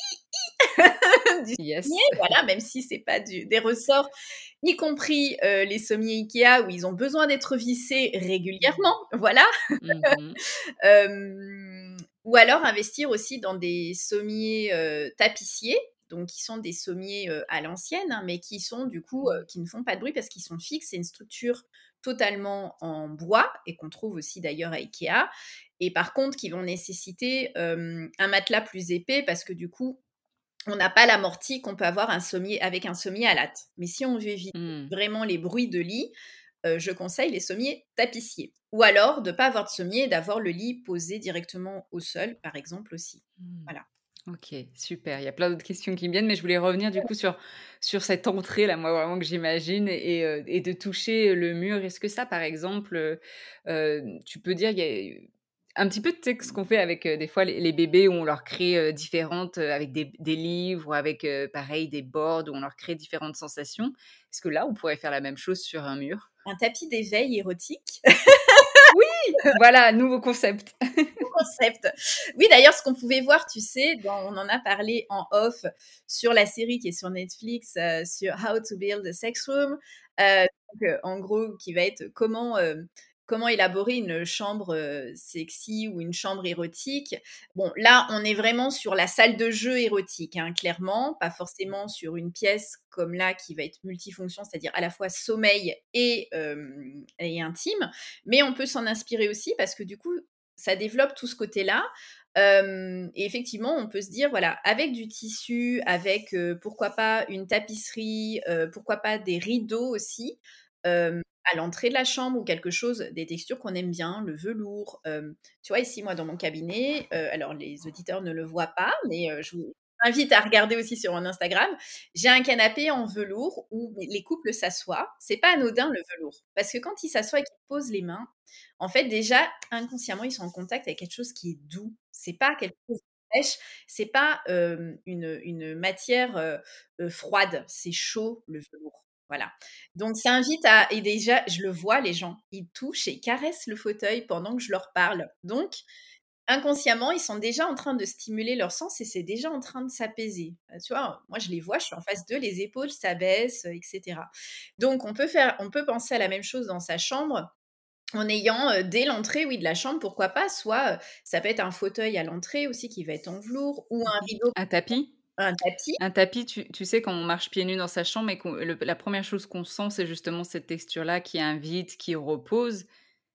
du sommier, Yes. voilà, même si c'est pas du des ressorts, y compris, heu, les sommiers IKEA où ils ont besoin d'être vissés régulièrement, voilà. Mmh mh. Hem, ou alors investir aussi dans des sommiers, heu, tapissiers, donc qui sont des sommiers, heu, à l'ancienne, hein, mais qui sont du coup, heu, Mmh. qui ne font pas de bruit parce qu'ils sont fixes. C'est une structure totalement en bois et qu'on trouve aussi d'ailleurs à IKEA et par contre qui vont nécessiter, hem, un matelas plus épais parce que du coup, on n'a pas l'amorti qu'on peut avoir un sommier avec un sommier à latte. Mais si on veut éviter Mmh. vraiment les bruits de lit, heu, je conseille les sommiers tapissiers. Ou alors de pas avoir de sommier et d'avoir le lit posé directement au sol, par exemple aussi. Mmh. Voilà. OK, super. Il y a plein d'autres questions qui me viennent, mais je voulais revenir du coup sur sur cette entrée-là, moi vraiment que j'imagine et heu et de toucher le mur. Est-ce que ça, par exemple, heu heu, tu peux dire, il y a un petit peu, tu sais, ce qu'on fait avec, heu, des fois les les bébés où on leur crée, heu, différentes, heu, avec des des livres ou avec, heu, pareil des boards où on leur crée différentes sensations. Est-ce que là, on pourrait faire la même chose sur un mur? Un tapis d'éveil érotique. Oui! Voilà, nouveau concept. Concept. Oui, d'ailleurs, ce qu'on pouvait voir, tu sais, dans on en a parlé en off sur la série qui est sur Netflix, heu, sur How to Build a Sex Room, heu, donc heu, en gros, qui va être comment, hem, comment élaborer une chambre, heu, sexy ou une chambre érotique. Bon, là, on est vraiment sur la salle de jeu érotique, hein, clairement, pas forcément sur une pièce comme là qui va être multifonction, c'est-à-dire à la fois sommeil et hem et intime. Mais on peut s'en inspirer aussi parce que du coup, ça développe tout ce côté-là. Hem et effectivement, on peut se dire, voilà, avec du tissu, avec, heu, pourquoi pas une tapisserie, heu, pourquoi pas des rideaux aussi, hem, à l'entrée de la chambre ou quelque chose, des textures qu'on aime bien, le velours. Hem, tu vois, ici, moi, dans mon cabinet, heu, alors les auditeurs ne le voient pas, mais heu, je vous invite à regarder aussi sur mon Instagram. J'ai un canapé en velours où les couples s'assoient. C'est pas anodin le velours, parce que quand ils s'assoient et qu'ils posent les mains, en fait, déjà, inconsciemment, ils sont en contact avec quelque chose qui est doux. C'est pas quelque chose de sèche, c'est pas, hem, une une matière, heu heu, froide, c'est chaud le velours. Voilà. Donc ça invite à et déjà, je le vois, les gens, ils touchent et caressent le fauteuil pendant que je leur parle. Donc inconsciemment, ils sont déjà en train de stimuler leur sens et c'est déjà en train de s'apaiser. Heu, tu vois? Moi, je les vois, je suis en face d'eux, les épaules s'abaissent, heu, et cetera. Donc on peut faire on peut penser à la même chose dans sa chambre en ayant, heu, dès l'entrée, oui, de la chambre, pourquoi pas, soit, heu, ça peut être un fauteuil à l'entrée aussi qui va être en velours ou un Mmh. rideau, Un tapis? un tapis. Un tapis, tu tu sais, quand on marche pieds nus dans sa chambre et qu'on le la première chose qu'on sent, c'est justement cette texture-là qui invite, qui repose,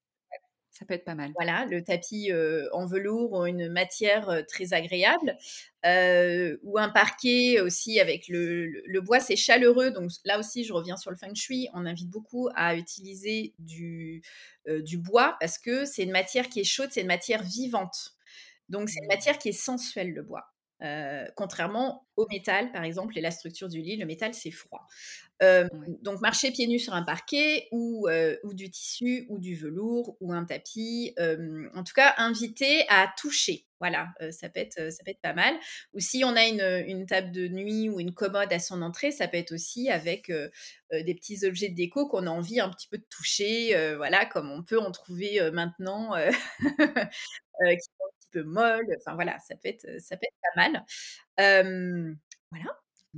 ça peut être pas mal. Voilà, le tapis, heu, en velours ou une matière, heu, très agréable, heu, ou un parquet aussi avec le le le bois, c'est chaleureux, donc là aussi je reviens sur le feng shui. On invite beaucoup à utiliser du, heu, du bois parce que c'est une matière qui est chaude, c'est une matière vivante. Donc c'est une Mmh. matière qui est sensuelle, le bois, heu, contrairement au métal, par exemple, et la structure du lit, le métal, c'est froid. Hem, Ouais. donc marcher pieds nus sur un parquet ou, heu, ou du tissu ou du velours ou un tapis, hem, en tout cas inviter à toucher. Voilà, heu, ça peut être, heu, ça peut être pas mal. Ou si on a une, une table de nuit ou une commode à son entrée, ça peut être aussi avec, heu heu, des petits objets de déco qu'on a envie un petit peu de toucher, heu, voilà, comme on peut en trouver, heu, maintenant, heu, heu, qui sont un petit peu molles. Enfin voilà, ça peut être, ça peut être pas mal. Hem, voilà.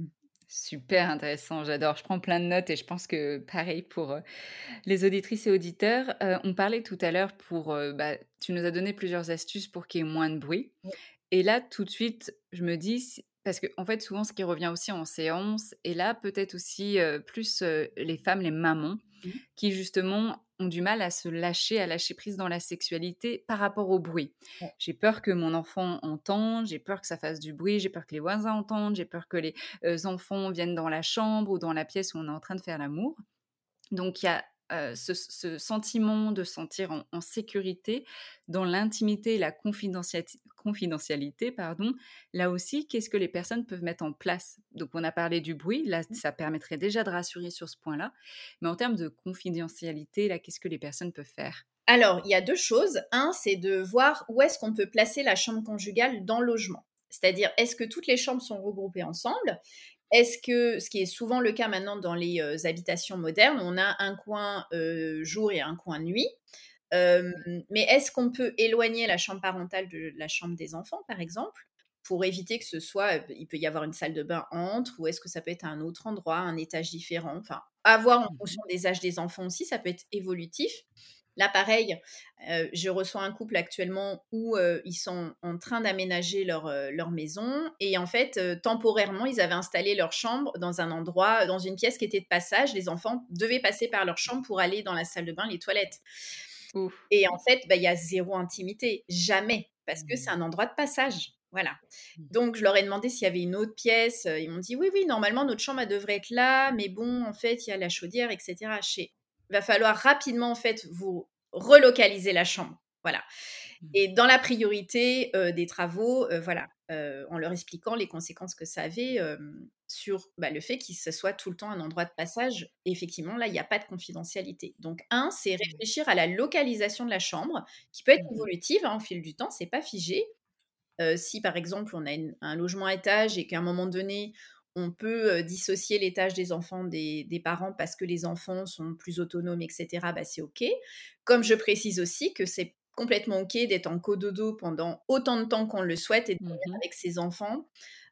Super intéressant, j'adore. Je prends plein de notes et je pense que pareil pour, heu, les auditrices et auditeurs. Heu, on parlait tout à l'heure pour, heu, bah, tu nous as donné plusieurs astuces pour qu'il y ait moins de bruit. Et là, tout de suite, je me dis si parce qu'en fait, souvent, ce qui revient aussi en séance et là, peut-être aussi, heu, plus, heu, les femmes, les mamans Mmh. qui justement ont du mal à se lâcher, à lâcher prise dans la sexualité par rapport au bruit. Ouais. J'ai peur que mon enfant entende, j'ai peur que ça fasse du bruit, j'ai peur que les voisins entendent, j'ai peur que les, heu, enfants viennent dans la chambre ou dans la pièce où on est en train de faire l'amour. Donc il y a, heu, ce ce sentiment de sentir en en sécurité dans l'intimité et la confidentiati confidentialité, pardon. Là aussi, qu'est-ce que les personnes peuvent mettre en place? Donc on a parlé du bruit, là, ça permettrait déjà de rassurer sur ce point-là. Mais en termes de confidentialité, là, qu'est-ce que les personnes peuvent faire? Alors, il y a deux choses. Un, c'est de voir où est-ce qu'on peut placer la chambre conjugale dans le logement. C'est-à-dire, est-ce que toutes les chambres sont regroupées ensemble? Est-ce que ce qui est souvent le cas maintenant dans les, heu, habitations modernes, on a un coin, heu, jour et un coin nuit. Hem, Oui. mais est-ce qu'on peut éloigner la chambre parentale de la chambre des enfants, par exemple? Pour éviter que ce soit, heu, il peut y avoir une salle de bain entre ou est-ce que ça peut être à un autre endroit, un étage différent? Enfin, à voir en Mmh. fonction des âges des enfants aussi, ça peut être évolutif. Là, pareil, heu, je reçois un couple actuellement où, heu, ils sont en train d'aménager leur, heu, leur maison et en fait, heu, temporairement, ils avaient installé leur chambre dans un endroit, dans une pièce qui était de passage. Les enfants devaient passer par leur chambre pour aller dans la salle de bain, les toilettes. Ouf. Et en fait, bah, il y a zéro intimité, jamais, parce que c'est Mmh. un endroit de passage, voilà. Mmh. Donc je leur ai demandé s'il y avait une autre pièce, heu, ils m'ont dit: «Oui, oui, normalement notre chambre elle devrait être là, mais bon, en fait, il y a la chaudière et cetera». Je fais: «Va falloir rapidement, en fait, vous relocaliser la chambre», voilà. Mmh. Et dans la priorité, heu, des travaux, heu, voilà, heu, en leur expliquant les conséquences que ça avait, hem, sur, bah, le fait qu'il ce soit tout le temps un endroit de passage. Et effectivement, là, il y a pas de confidentialité. Donc un, c'est Ouais. réfléchir à la localisation de la chambre, qui peut être Mmh. évolutive, hein, au fil du temps, c'est pas figé. Heu, si par exemple, on a une un logement à étage et qu'à un moment donné, on peut, heu, dissocier l'étage des enfants des des parents parce que les enfants sont plus autonomes et cetera, bah, c'est OK. Comme je précise aussi que c'est complètement OK d'être en cododo pendant autant de temps qu'on le souhaite et de dormir Mmh. avec ses enfants.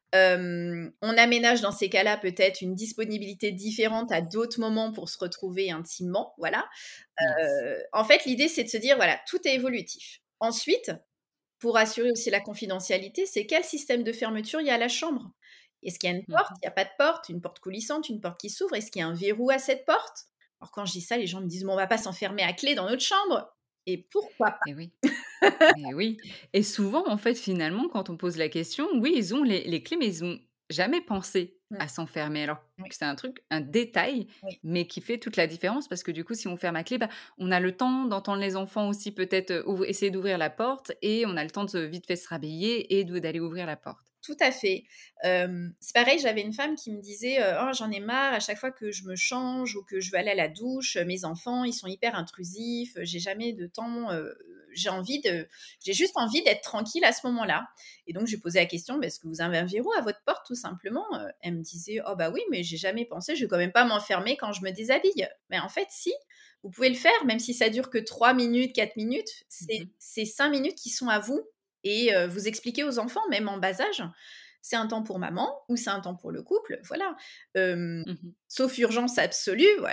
Hem, on aménage dans ces cas-là peut-être une disponibilité différente à d'autres moments pour se retrouver intimement, voilà. Yes. Heu, en fait, l'idée, c'est de se dire, voilà, tout est évolutif. Ensuite, pour assurer aussi la confidentialité, c'est quel système de fermeture il y a à la chambre? Est-ce qu'il y a une porte? Mmh. Il y a pas de porte? Une porte coulissante? Une porte qui s'ouvre? Est-ce qu'il y a un verrou à cette porte? Alors quand je dis ça, les gens me disent: «Mais on va pas s'enfermer à clé dans notre chambre» et pourquoi pas? Et oui. Et oui, et souvent, en fait, finalement, quand on pose la question, oui, ils ont les les clés, mais ils ont jamais pensé Mmh, à s'enfermer. Alors oui, que c'est un truc, un détail, oui, mais qui fait toute la différence parce que du coup, si on ferme à clé, bah, on a le temps d'entendre les enfants aussi peut-être, heu, ouvr essayer d'ouvrir la porte et on a le temps de se vite fait se rhabiller et de d'aller ouvrir la porte. tout à fait. Hem, c'est pareil, j'avais une femme qui me disait, heu: «Oh j'en ai marre, à chaque fois que je me change ou que je veux aller à la douche, mes enfants, ils sont hyper intrusifs, j'ai jamais de temps, heu» j'ai envie de j'ai juste envie d'être tranquille à ce moment-là. Et donc, j'ai posé la question: «Bah, est-ce que vous avez un verrou à votre porte, tout simplement?» Heu, elle me disait: «Oh bah oui, mais j'ai jamais pensé, je vais quand même pas m'enfermer quand je me déshabille». Mais en fait, si, vous pouvez le faire, même si ça dure que trois minutes, quatre minutes, c'est Mmh. c'est cinq minutes qui sont à vous et heu, vous expliquez aux enfants, même en bas âge, c'est un temps pour maman ou c'est un temps pour le couple, voilà. Hem, Mmh. sauf urgence absolue, ouais.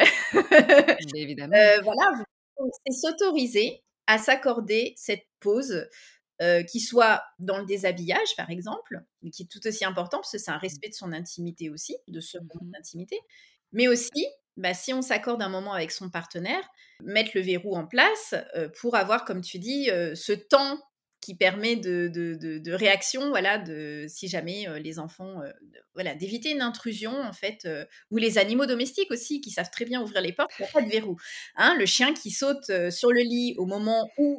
Beh, évidemment. Heu, voilà, vous c'est s'autoriser à s'accorder cette pause, heu, qui soit dans le déshabillage, par exemple, mais qui est tout aussi important parce que c'est un Mmh. respect de son intimité aussi, de ce moment Mmh. d'intimité. Mais aussi, bah, si on s'accorde un moment avec son partenaire, mettre le verrou en place, heu, pour avoir, comme tu dis, heu, ce temps qui permet de de de de réaction, voilà, de si jamais, heu, les enfants, heu, de voilà, d'éviter une intrusion, en fait, heu, ou les animaux domestiques aussi qui savent très bien ouvrir les portes, il y a pas de verrou. Hein, le chien qui saute, heu, sur le lit au moment où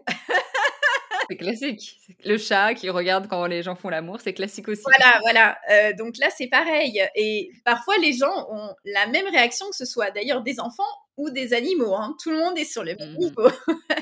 C'est classique. C'est le chat qui regarde quand les gens font l'amour, c'est classique aussi. voilà, voilà, heu, donc là, c'est pareil et parfois les gens ont la même réaction, que ce soit d'ailleurs des enfants ou des animaux, hein. Tout le monde est sur le même Mmh. niveau.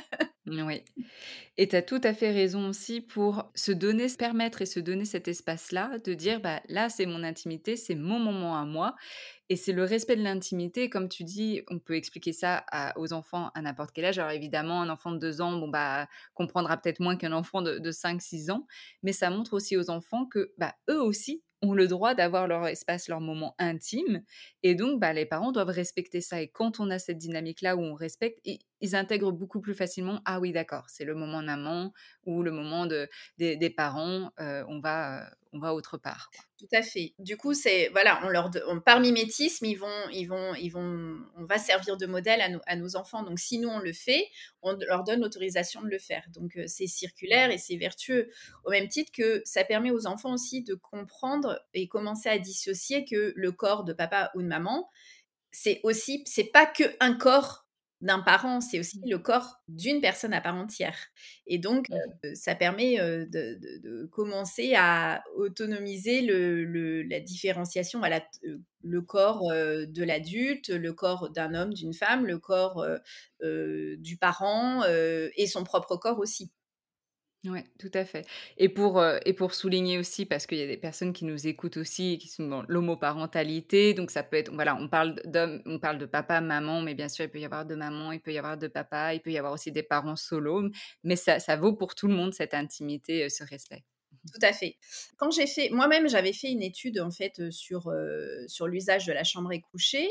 Oui. Et tu as tout à fait raison aussi pour se donner se permettre et se donner cet espace-là, de dire: «Bah, là, c'est mon intimité, c'est mon moment à moi». Et c'est le respect de l'intimité. Comme tu dis, on peut expliquer ça à aux enfants à n'importe quel âge. Alors évidemment, un enfant de deux ans, bon, bah, comprendra peut-être moins qu'un enfant de de cinq six ans, mais ça montre aussi aux enfants que, bah, eux aussi ont le droit d'avoir leur espace, leur moment intime et donc, bah, les parents doivent respecter ça et quand on a cette dynamique-là où on respecte, i ils intègrent beaucoup plus facilement: «Ah oui, d'accord, c'est le moment de maman ou le moment de des des parents, heu, on va, heu, on va autre part», quoi. Tout à fait. Du coup, c'est voilà, on leur de on par mimétisme, ils vont ils vont ils vont on va servir de modèle à nos à nos enfants. Donc si nous on le fait, on d leur donne l'autorisation de le faire. Donc heu, c'est circulaire et c'est vertueux. Au même titre que ça permet aux enfants aussi de comprendre et commencer à dissocier que le corps de papa ou de maman, c'est aussi c'est pas que un corps d'un parent, c'est aussi Mmh. le corps d'une personne à part entière et donc Mmh. heu, ça permet, heu, de de de commencer à autonomiser le le la différenciation, voilà, t heu, le corps, heu, de l'adulte, le corps d'un homme, d'une femme, le corps, heu heu, du parent, heu et son propre corps aussi. Ouais, tout à fait et pour, heu et pour souligner aussi, parce qu'il y a des personnes qui nous écoutent aussi et qui sont dans l'homoparentalité, donc ça peut être voilà, on parle d'hommes, on parle de papa, maman, mais bien sûr, il peut y avoir de maman, il peut y avoir de papa, il peut y avoir aussi des parents solo, mais ça ça vaut pour tout le monde cette intimité, heu, ce respect. Tout à fait. Quand j'ai fait moi-même, j'avais fait une étude en fait, heu, sur, heu, sur l'usage de la chambre à coucher.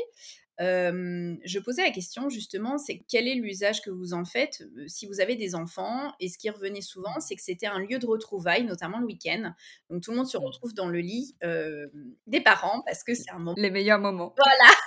Hem, je posais la question justement, c'est quel est l'usage que vous en faites, heu, si vous avez des enfants? Et ce qui revenait souvent, Mmh. c'est que c'était un lieu de retrouvailles, notamment le week-end. Donc tout le monde se Mmh. retrouve dans le lit, hem, des parents parce que c'est un moment Les meilleurs moments.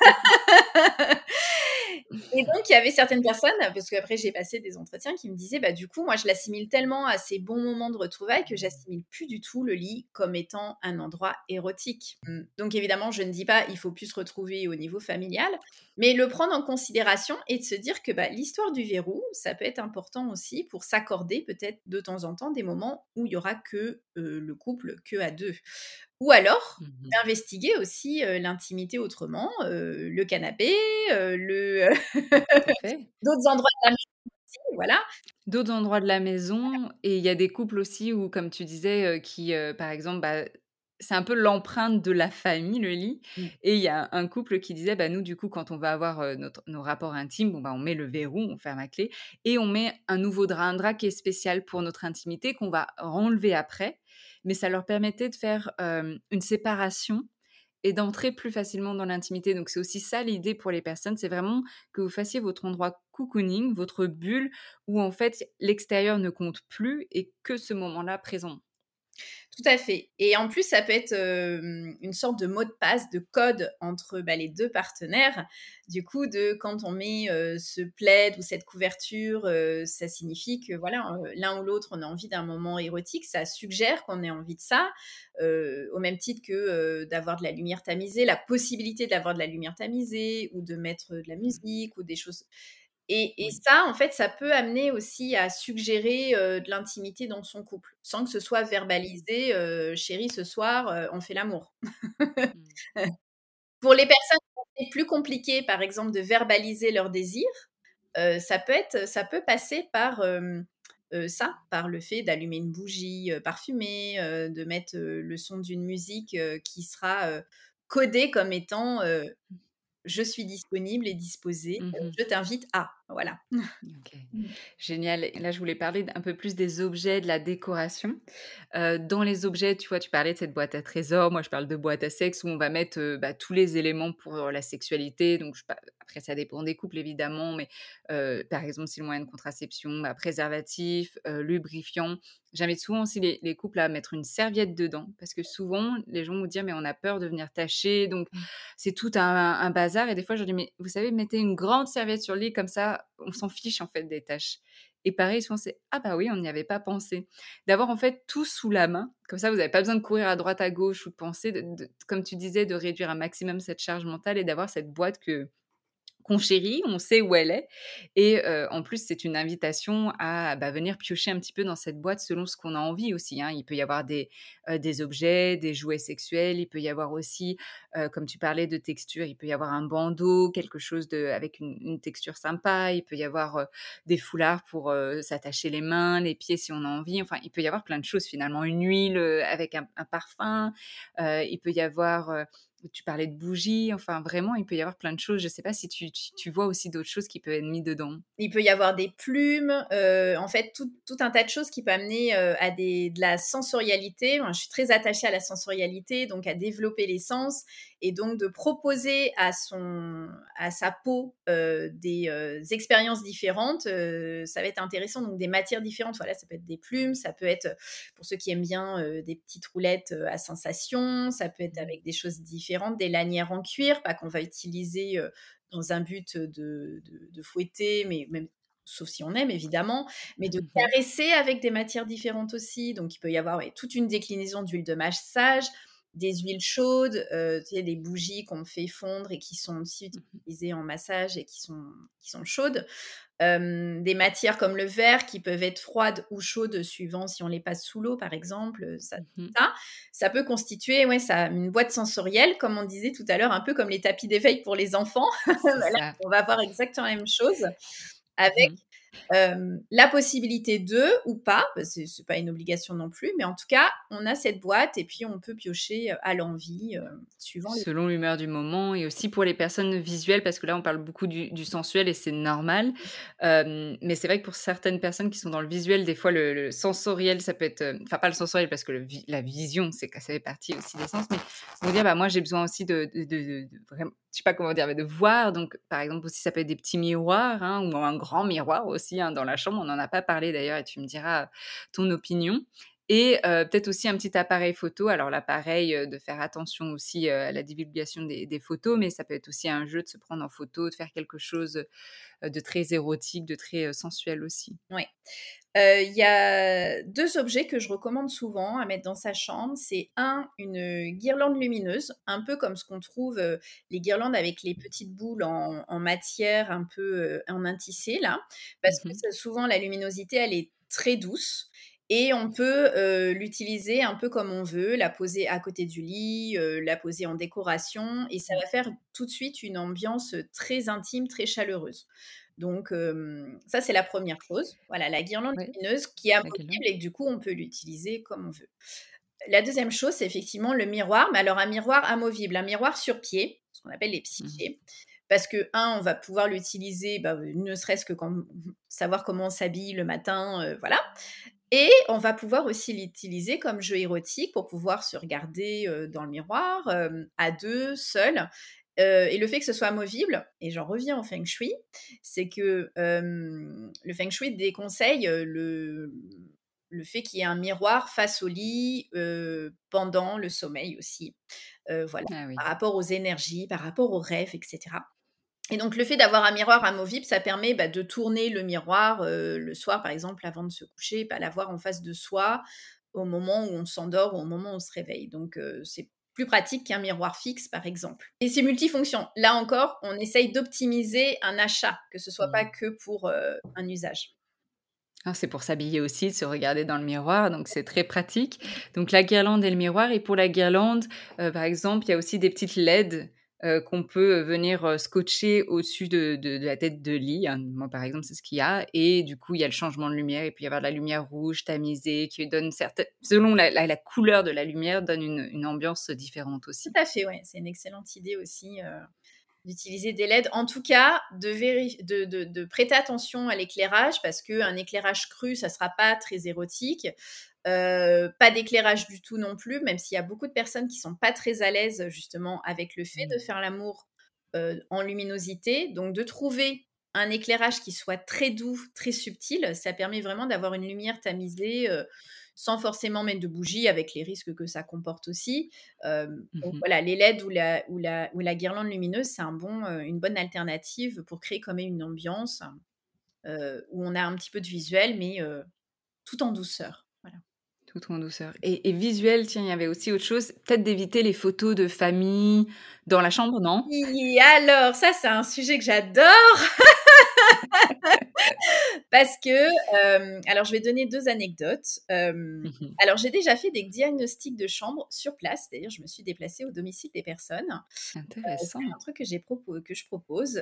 et donc il y avait certaines personnes, parce qu'après j'ai passé des entretiens qui me disaient: «Bah, du coup, moi, je l'assimile tellement à ces bons moments de retrouvailles que j'assimile plus du tout le lit comme étant un endroit érotique». Mmh, donc évidemment, je ne dis pas: «Il faut plus se retrouver au niveau familial», mais le prendre en considération et de se dire que, bah, l'histoire du verrou, ça peut être important aussi pour s'accorder peut-être de temps en temps des moments où il y aura que, heu, le couple, que à deux. Ou alors Mmh. d'investiguer aussi, heu, l'intimité autrement, heu, le canapé, heu, le Tout à fait. d'autres endroits de la maison aussi, voilà. D'autres endroits de la maison et il y a des couples aussi où, comme tu disais, heu, qui, heu, par exemple, bah, c'est un peu l'empreinte de la famille, le lit Mmh. et il y a un couple qui disait: «Bah, nous, du coup, quand on va avoir, heu, notre nos rapports intimes, bon, bah, on met le verrou, on ferme à clé et on met un nouveau drap, un drap qui est spécial pour notre intimité qu'on va enlever après». Mais ça leur permettait de faire, hem, une séparation et d'entrer plus facilement dans l'intimité. Donc c'est aussi ça l'idée pour les personnes, c'est vraiment que vous fassiez votre endroit cocooning, votre bulle où en fait l'extérieur ne compte plus et que ce moment-là présent. Tout à fait et en plus, ça peut être, hem, une sorte de mot de passe, de code entre, bah, les deux partenaires. Du coup, de quand on met, heu, ce plaid ou cette couverture, heu, ça signifie que voilà, heu, l'un ou l'autre, on a envie d'un moment érotique. Ça suggère qu'on ait envie de ça, heu, au même titre que, heu, d'avoir de la lumière tamisée, la possibilité d'avoir de la lumière tamisée ou de mettre, de la Mmh. musique ou des choses. Et et Oui. ça, en fait, ça peut amener aussi à suggérer, heu, de l'intimité dans son couple, sans que ce soit Mmh. verbalisé, heu: «Chérie, ce soir, heu, on fait l'amour». Mmh. Pour les personnes pour qui c'est plus compliqué, par exemple, de verbaliser leurs désirs, heu, ça peut être ça peut passer par, hem heu, ça, par le fait d'allumer une bougie, heu, parfumée, heu, de mettre, heu, le son d'une musique, heu, qui sera, heu, codée comme étant, heu: «Je suis disponible et disposée, heu, Mmh. je t'invite à». Voilà. OK. Mmh. Génial. Et là, je voulais parler d un peu plus des objets, de la décoration. Heu, dans les objets, tu vois, tu parlais de cette boîte à trésors, moi je parle de boîte à sexe où on va mettre, heu, bah, tous les éléments pour, heu, la sexualité. Donc je pa après ça dépend des couples évidemment, mais heu, par exemple, si le moyen de contraception, bah, préservatif, heu, lubrifiant. J'invite souvent aussi les les couples à mettre une serviette dedans parce que souvent les gens vont dire: «Mais on a peur de venir tacher», donc Mmh. c'est tout un un bazar et des fois je leur dis: «Mais vous savez, mettez une grande serviette sur le lit comme ça, on s'en fiche en fait des taches». Et pareil, souvent c'est: «Ah bah oui, on n'y avait pas pensé». D'avoir en fait tout sous la main, comme ça vous n'avez pas besoin de courir à droite à gauche ou de penser, de de comme tu disais, de réduire un maximum cette charge mentale et d'avoir cette boîte que qu'on chérit, on sait où elle est et heu, en plus, c'est une invitation à, bah, venir piocher un petit peu dans cette boîte selon ce qu'on a envie aussi, hein. Il peut y avoir des, heu, des objets, des jouets sexuels, il peut y avoir aussi, heu, comme tu parlais de texture, il peut y avoir un bandeau, quelque chose de avec une une texture sympa, il peut y avoir, heu, des foulards pour, heu, s'attacher les mains, les pieds si on a envie, enfin, il peut y avoir plein de choses finalement. Une huile, heu, avec un un parfum, heu, il peut y avoir, heu tu parlais de bougies, enfin vraiment, il peut y avoir plein de choses. Je sais pas si tu tu tu vois aussi d'autres choses qui peuvent être mis dedans? Il peut y avoir des plumes, heu, en fait tout tout un tas de choses qui peut amener, heu, à des de la sensorialité. Moi, je suis très attachée à la sensorialité, donc à développer les sens et donc de proposer à son à sa peau, heu, des, heu, expériences différentes, heu, ça va être intéressant, donc des matières différentes. Voilà, ça peut être des plumes, ça peut être, pour ceux qui aiment bien, heu, des petites roulettes, heu, à sensation, ça peut être Mmh. avec des choses différentes, des lanières en cuir, pas qu'on va utiliser, heu, dans un but de de de fouetter, mais même sauf si on aime évidemment, mais de Mmh. caresser avec des matières différentes aussi. Donc il peut y avoir, ouais, toute une déclinaison d'huile de massage, des huiles chaudes, heu, tu sais, des bougies qu'on fait fondre et qui sont aussi Mmh. utilisées en massage et qui sont qui sont chaudes. Hem, des matières comme le verre qui peuvent être froides ou chaudes suivant si on les passe sous l'eau par exemple, heu, ça Mmh. ça, ça peut constituer, ouais, ça une boîte sensorielle comme on disait tout à l'heure, un peu comme les tapis d'éveil pour les enfants. C'est Là, ça. on va avoir exactement la même chose avec, Mmh. hem, la possibilité de ou pas, bah, c'est c'est pas une obligation non plus, mais en tout cas, on a cette boîte et puis on peut piocher, heu, à l'envie, heu, suivant les Selon l'humeur du moment et aussi pour les personnes visuelles, parce que là, on parle beaucoup du du sensuel et c'est normal. Hem, mais c'est vrai que pour certaines personnes qui sont dans le visuel, des fois, le le sensoriel, ça peut être, heu enfin, pas le sensoriel parce que le vi la vision, c'est que ça fait partie aussi des sens, mais on va dire: «Bah, moi, j'ai besoin aussi de de de de vraim» je sais pas comment dire, mais de voir. Donc, par exemple, aussi, ça peut être des petits miroirs, hein, ou un grand miroir aussi, hein, dans la chambre. On n'en a pas parlé d'ailleurs et tu me diras, heu, ton opinion. Et heu, peut-être aussi un petit appareil photo. Alors l'appareil, heu, de faire attention aussi, heu, à la divulgation des des photos, mais ça peut être aussi un jeu de se prendre en photo, de faire quelque chose, heu, de très érotique, de très, heu, sensuel aussi. Ouais. Heu, il y a deux objets que je recommande souvent à mettre dans sa chambre. C'est un, une guirlande lumineuse, un peu comme ce qu'on trouve, heu, les guirlandes avec les petites boules en en matière un peu, heu, en un tissé là. Parce que Mmh. ça souvent la luminosité, elle est très douce et on peut, heu, l'utiliser un peu comme on veut, la poser à côté du lit, heu, la poser en décoration et ça Mmh. va faire tout de suite une ambiance, très intime, très chaleureuse. Donc, hem, ça, c'est la première chose. Voilà, la guirlande Ouais, lumineuse qui est la guirlande. amovible et que du coup, on peut l'utiliser comme on veut. La deuxième chose, c'est effectivement le miroir, mais alors un miroir amovible, un miroir sur pied, ce qu'on appelle les Mmh. psychés. Parce que un, on va pouvoir l'utiliser, bah, ne serait-ce que quand savoir comment on s'habille le matin, heu, voilà. Et on va pouvoir aussi l'utiliser comme jeu érotique pour pouvoir se regarder, heu, dans le miroir, hem, à deux, seul. Heu et le fait que ce soit amovible et j'en reviens au feng shui, c'est que, hem, le feng shui déconseille, heu, le le fait qu'il y ait un miroir face au lit, heu, pendant le sommeil aussi. Heu, voilà, Ah oui. par rapport aux énergies, par rapport aux rêves et cetera. Et donc le fait d'avoir un miroir amovible, ça permet, bah, de tourner le miroir, heu, le soir, par exemple, avant de se coucher, pas l'avoir en face de soi au moment où on s'endort ou au moment où on se réveille. Donc heu, c'est plus pratique qu'un miroir fixe, par exemple. Et c'est multifonction. Là encore, on essaye d'optimiser un achat, que ce soit pas Mmh. que pour, heu, un usage. Ah, c'est pour s'habiller aussi, de se regarder dans le miroir, donc c'est très pratique. Donc la guirlande et le miroir et pour la guirlande, heu, par exemple, il y a aussi des petites L E D, heu, qu'on peut venir, heu, scotcher au-dessus de de de la tête de lit, hein. Moi, par exemple, c'est ce qu'il y a et du coup, il y a le changement de lumière. Il peut y avoir de la lumière rouge tamisée qui donne certaines selon la la la couleur de la lumière, donne une une ambiance différente Tout aussi. à fait, ouais, c'est une excellente idée aussi, heu, d'utiliser des L E D. En tout cas, de véri de de de prêter attention à l'éclairage parce qu'un éclairage cru, ça sera pas très érotique. Heu, pas d'éclairage du tout non plus, même s'il y a beaucoup de personnes qui sont pas très à l'aise, justement, avec le fait de Mmh. faire l'amour, heu, en luminosité. Donc de trouver un éclairage qui soit très doux, très subtil, ça permet vraiment d'avoir une lumière tamisée, heu, sans forcément mettre de bougies avec les risques que ça comporte aussi. Hem, Mmh donc mh. voilà, les L E D ou la ou la ou la guirlande lumineuse, c'est un bon, heu, une bonne alternative pour créer quand même une ambiance, heu, où on a un petit peu de visuel, mais heu, tout en douceur. Voilà. Tout en douceur et et visuel, tiens, il y avait aussi autre chose, peut-être d'éviter les photos de famille dans la chambre, non? Oui, alors ça, c'est un sujet que j'adore parce que, hem, alors je vais donner deux anecdotes. Hem, Mmh mh. alors j'ai déjà fait des diagnostics de chambre sur place, c'est-à-dire je me suis déplacée au domicile des personnes. Heu, c'est Intéressant. un truc que j'ai propo que je propose.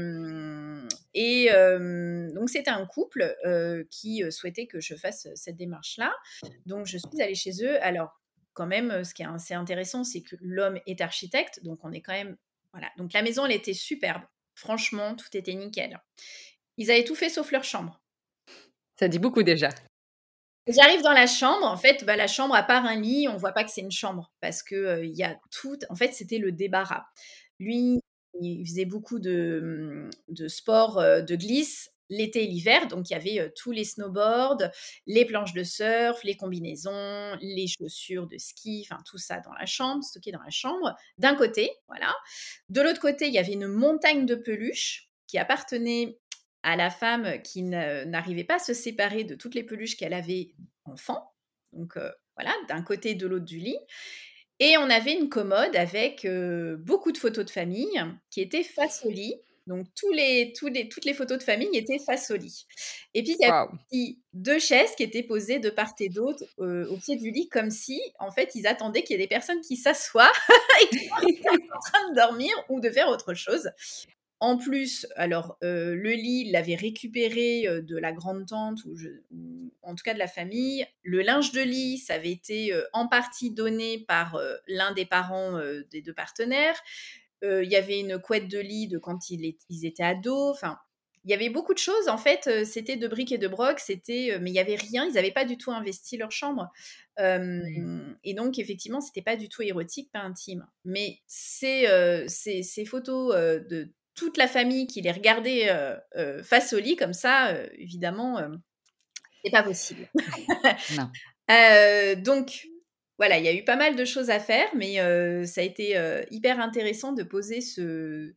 Hem et hem, donc c'était un couple, heu, qui, heu, souhaitait que je fasse, cette démarche-là. Donc je suis allée chez eux. Alors quand même, heu, ce qui est assez intéressant, c'est que l'homme est architecte, donc on est quand même voilà, donc la maison, elle était superbe. Franchement, tout était nickel. Ils avaient tout fait sauf leur chambre. Ça dit beaucoup déjà. J'arrive dans la chambre, en fait, bah, la chambre, à part un lit, on voit pas que c'est une chambre parce que, heu, il y a tout en fait, c'était le débarras. Lui, il faisait beaucoup de, mmh, de sport, heu, de glisse, l'été et l'hiver, donc il y avait, heu, tous les snowboards, les planches de surf, les combinaisons, les chaussures de ski, enfin tout ça dans la chambre, stocké dans la chambre, d'un côté, voilà. De l'autre côté, il y avait une montagne de peluches qui appartenait à la femme qui ne n'arrivait pas à se séparer de toutes les peluches qu'elle avait enfant. Donc heu, voilà, d'un côté et de l'autre du lit et on avait une commode avec, heu, beaucoup de photos de famille qui étaient face au lit. Donc tous les tous les toutes les photos de famille étaient face au lit et puis il y avait Waouh! aussi deux chaises qui étaient posées de part et d'autre, heu, au pied du lit comme si, en fait, ils attendaient qu'il y ait des personnes qui s'assoient et qui soient en train de dormir ou de faire autre chose. En plus, alors, heu, le lit, il l'avait récupéré, heu, de la grande-tante ou je ou en tout cas de la famille. Le linge de lit, ça avait été, heu, en partie donné par, heu, l'un des parents, heu, des deux partenaires. Heu, il y avait une couette de lit de quand il ét ils étaient ados. Enfin, il y avait beaucoup de choses en fait, heu, c'était de bric et de broc, c'était, heu mais il y avait rien, ils avaient pas du tout investi leur chambre. Hem Mmh. et donc effectivement, c'était pas du tout érotique, pas intime. Mais ces, heu, ces ces photos, heu, de toute la famille qui les regardait, heu heu, face au lit comme ça, heu, évidemment, hem, c'est pas possible. Non. Heu, donc voilà, il y a eu pas mal de choses à faire, mais heu, ça a été, heu, hyper intéressant de poser ce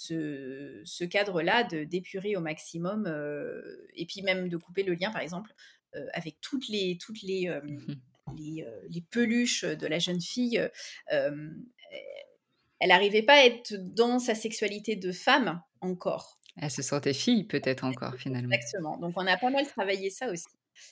ce ce cadre-là, de d'épurer au maximum, heu et puis même de couper le lien, par exemple, heu, avec toutes les toutes les, hem, Mmh mh. les, heu, les peluches de la jeune fille, heu, hem, elle arrivait pas à être dans sa sexualité de femme encore. Elle se sentait fille peut-être encore finalement. Exactement, donc on a pas mal travaillé ça aussi.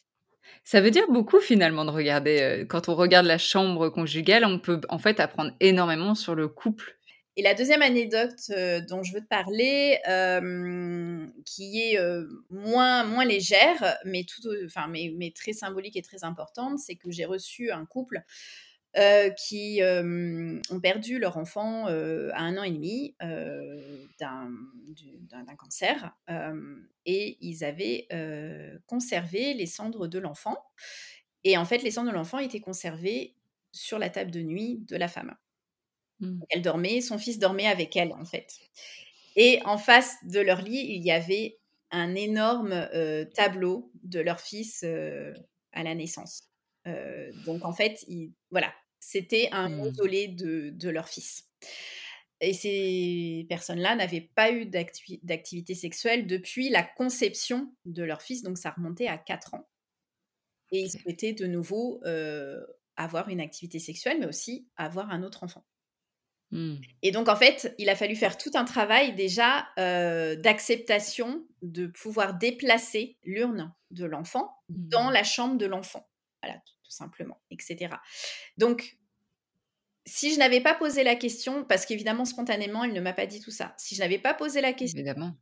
Ça veut dire beaucoup finalement de regarder, heu, quand on regarde la chambre conjugale, on peut en fait apprendre énormément sur le couple. Et la deuxième anecdote, heu, dont je veux te parler, hem, qui est, heu, moins moins légère, mais tout au enfin, mais mais très symbolique et très importante, c'est que j'ai reçu un couple, heu, qui, hem, ont perdu leur enfant, heu, à un an et demi, heu, d'un du d'un d'un cancer, hem et ils avaient, heu, conservé les cendres de l'enfant et en fait, les cendres de l'enfant étaient conservées sur la table de nuit de la femme. Mmh. Elle dormait, son fils dormait avec elle, en fait. Et en face de leur lit, il y avait un énorme, heu, tableau de leur fils, heu, à la naissance. Heu, donc en fait, ils voilà, c'était un Mmh. mausolée de de leur fils. Et ces personnes-là n'avaient pas eu d'activi d'activité sexuelle depuis la conception de leur fils, donc ça remontait à quatre ans. Et ils OK. souhaitaient de nouveau, heu, avoir une activité sexuelle, mais aussi avoir un autre enfant. Mmh. Et donc en fait, il a fallu faire tout un travail déjà, heu, d'acceptation de pouvoir déplacer l'urne de l'enfant dans Mmh. la chambre de l'enfant. Voilà, tout tout simplement et cetera. Donc Si je n'avais pas posé la question, parce qu'évidemment spontanément, il ne m'a pas dit tout ça. Si je n'avais pas posé la question Évidemment.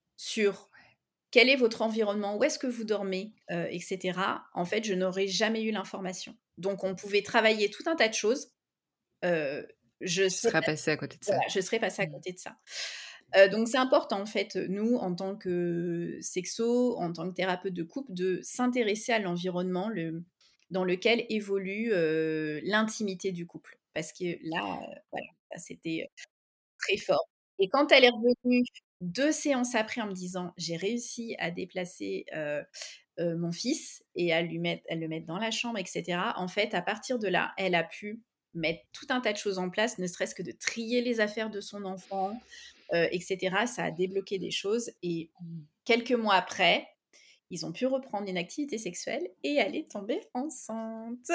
sur Ouais. quel est votre environnement, où est-ce que vous dormez, heu, et cetera, en fait, je n'aurais jamais eu l'information. Donc on pouvait travailler tout un tas de choses, heu, je Tu serais seras passée à côté de ça. voilà, je serais passée à Mmh. côté de ça. Heu, donc c'est important en fait, nous, en tant que sexo, en tant que thérapeute de couple, de s'intéresser à l'environnement le dans lequel évolue, heu, l'intimité du couple. Parce que là, heu, voilà, ça c'était, heu, très fort. Et quand elle est revenue deux séances après en me disant: «J'ai réussi à déplacer, heu heu, mon fils et à lui mettre à le mettre dans la chambre et cetera», en fait, à partir de là, elle a pu mettre tout un tas de choses en place, ne serait-ce que de trier les affaires de son enfant, heu, et cetera. Ça a débloqué des choses et Mmh. quelques mois après, ils ont pu reprendre une activité sexuelle et elle est tombée enceinte.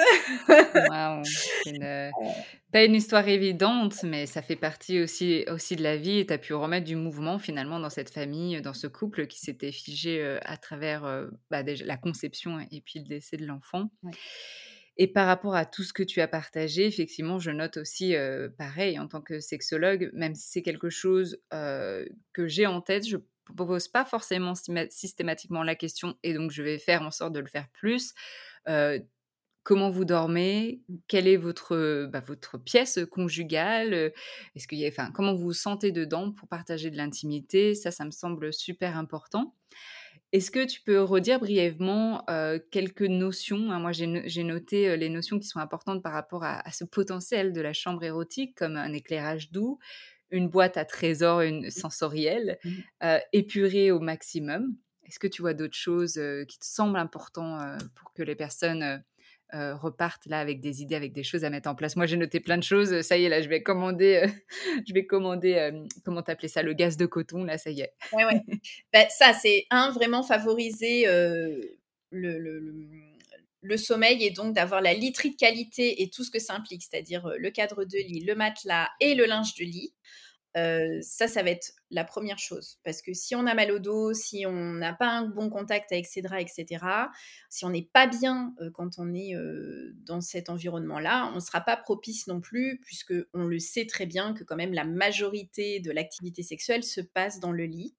Waouh! C'est une, heu, pas une histoire évidente, mais ça fait partie aussi aussi de la vie et tu as pu remettre du mouvement finalement dans cette famille, dans ce couple qui s'était figé, heu, à travers, heu, bah, déjà la conception et puis le décès de l'enfant. Ouais. Et par rapport à tout ce que tu as partagé, effectivement, je note aussi, heu, pareil en tant que sexologue, même si c'est quelque chose, heu, que j'ai en tête, je pose pas forcément stima systématiquement la question et donc je vais faire en sorte de le faire plus. Heu, Comment vous dormez? Mmh. Quelle est votre, heu, bah, votre pièce conjugale? Heu, est-ce qu'il y a enfin, comment vous vous sentez dedans pour partager de l'intimité? Ça, ça me semble super important. Est-ce que tu peux redire brièvement, heu, quelques notions, hein? Moi, j'ai no j'ai noté, heu, les notions qui sont importantes par rapport à à ce potentiel de la chambre érotique, comme un éclairage doux, une boîte à trésors, une sensorielle, Mmh. heu, épurée au maximum. Est-ce que tu vois d'autres choses, heu, qui te semblent importants, heu, pour que les personnes, heu heu, repartent là avec des idées, avec des choses à mettre en place? Moi, j'ai noté plein de choses, heu, ça y est, là, je vais commander, heu, je vais commander, hem, comment tu appelais ça? Le gaz de coton, là, ça y est. Ouais, ouais. Bah, ça, c'est un vraiment favoriser, heu, le le le, mmh, le sommeil et donc d'avoir la literie de qualité et tout ce que ça implique, c'est-à-dire, heu, le cadre de lit, le matelas et le linge de lit. Heu, ça, ça va être la première chose. Parce que si on a mal au dos, si on n'a pas un bon contact avec ses draps et cetera, si on n'est pas bien, heu, quand on est, heu, dans cet environnement-là, on ne sera pas propice non plus puisque on le sait très bien que quand même la majorité de l'activité sexuelle se passe dans le lit.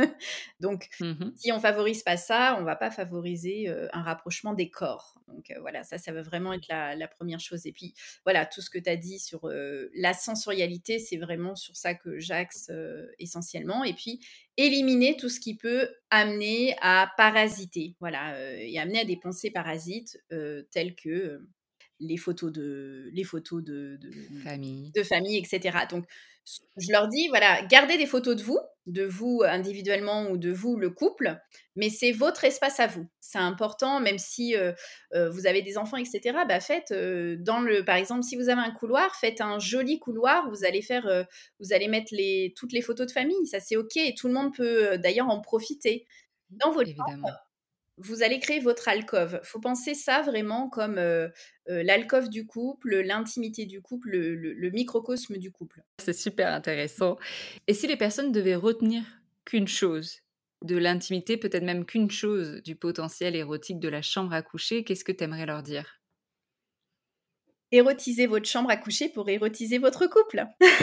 Donc Mmh. si on favorise pas ça, on va pas favoriser, heu, un rapprochement des corps. Donc, heu, voilà, ça, ça va vraiment être la la première chose et puis, voilà, tout ce que tu as dit sur, heu, la sensorialité, c'est vraiment sur ça que j'axe, heu, essentiellement et puis éliminer tout ce qui peut amener à parasiter, voilà, heu et amener à des pensées parasites, heu, telles que, heu, les photos de les photos de de, mmh, Famille. de famille et cetera. Donc s je leur dis: «Voilà, gardez des photos de vous, de vous individuellement ou de vous le couple, mais c'est votre espace à vous. C'est important, même si, heu heu, vous avez des enfants et cetera, bah, faites, heu, dans le par exemple, si vous avez un couloir, faites un joli couloir, vous allez faire, heu, vous allez mettre les toutes les photos de famille, ça c'est OK et tout le monde peut, heu, d'ailleurs en profiter. Dans votre Évidemment. vous allez créer votre alcôve. Faut penser ça vraiment comme, heu heu, l'alcôve du couple, l'intimité du couple, le le le microcosme du couple. C'est super intéressant. Et si les personnes devaient retenir qu'une chose de l'intimité, peut-être même qu'une chose du potentiel érotique de la chambre à coucher, qu'est-ce que tu aimerais leur dire? Érotisez votre chambre à coucher pour érotiser votre couple.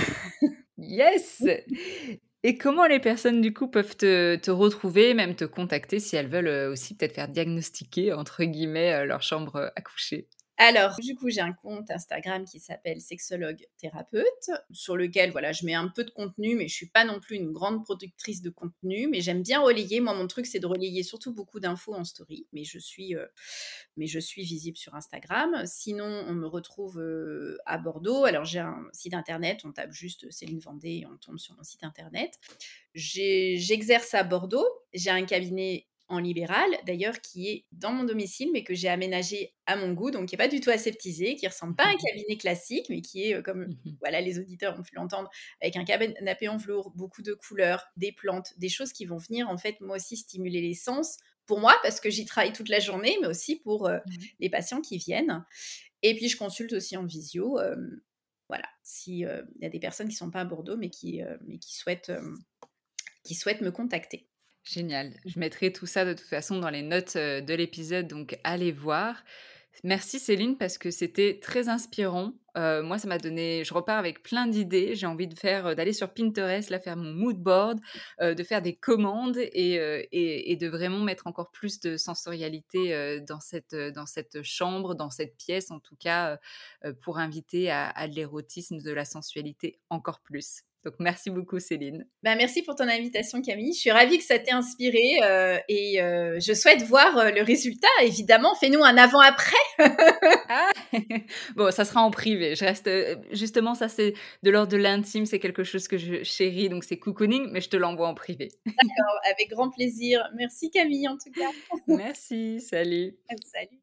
Yes! Et comment les personnes du coup peuvent te te retrouver, même te contacter si elles veulent, heu, aussi peut-être faire «diagnostiquer» entre guillemets, heu, leur chambre, heu, à coucher? Alors, du coup, j'ai un compte Instagram qui s'appelle Sexologue Thérapeute, sur lequel, voilà, je mets un peu de contenu, mais je suis pas non plus une grande productrice de contenu, mais j'aime bien relayer. Moi, mon truc, c'est de relayer surtout beaucoup d'infos en story, mais je suis, heu, mais je suis visible sur Instagram. Sinon, on me retrouve, heu, à Bordeaux. Alors, j'ai un site internet, on tape juste Céline Vendée et on tombe sur mon site internet. J'ai j'exerce à Bordeaux. J'ai un cabinet en libéral, d'ailleurs, qui est dans mon domicile, mais que j'ai aménagé à mon goût, donc qui est pas du tout aseptisé, qui ressemble pas à un cabinet classique, mais qui est, heu, comme Mmh mh. voilà, les auditeurs ont pu l'entendre, avec un canapé en velours, beaucoup de couleurs, des plantes, des choses qui vont venir, en fait, moi aussi, stimuler les sens. Pour moi, parce que j'y travaille toute la journée, mais aussi pour, heu, Ouais. les patients qui viennent et puis je consulte aussi en visio, hem, voilà, si, heu, il y a des personnes qui sont pas à Bordeaux, mais qui, heu, mais qui souhaitent, hem, qui souhaitent me contacter. Génial. Je mettrai tout ça de toute façon dans les notes, heu, de l'épisode, donc allez voir. Merci Céline parce que c'était très inspirant. Heu, moi, ça m'a donné je repars avec plein d'idées. J'ai envie de faire, heu, d'aller sur Pinterest, là, faire mon mood board, heu, de faire des commandes et heu et et de vraiment mettre encore plus de sensorialité, heu, dans cette, heu, dans cette chambre, dans cette pièce en tout cas, heu heu, pour inviter à à de l'érotisme, de la sensualité encore plus. Donc merci beaucoup Céline. Bah, merci pour ton invitation Camille. Je suis ravie que ça t'ait inspirée, heu et heu, je souhaite voir, heu, le résultat évidemment. Fais-nous un avant-après. Ah! Bon, ça sera en privé. Je reste, heu, justement, ça, c'est de l'ordre de l'intime, c'est quelque chose que je chéris, donc c'est cocooning, mais je te l'envoie en privé. D'accord, avec grand plaisir. Merci Camille en tout cas. Merci, salut. Salut.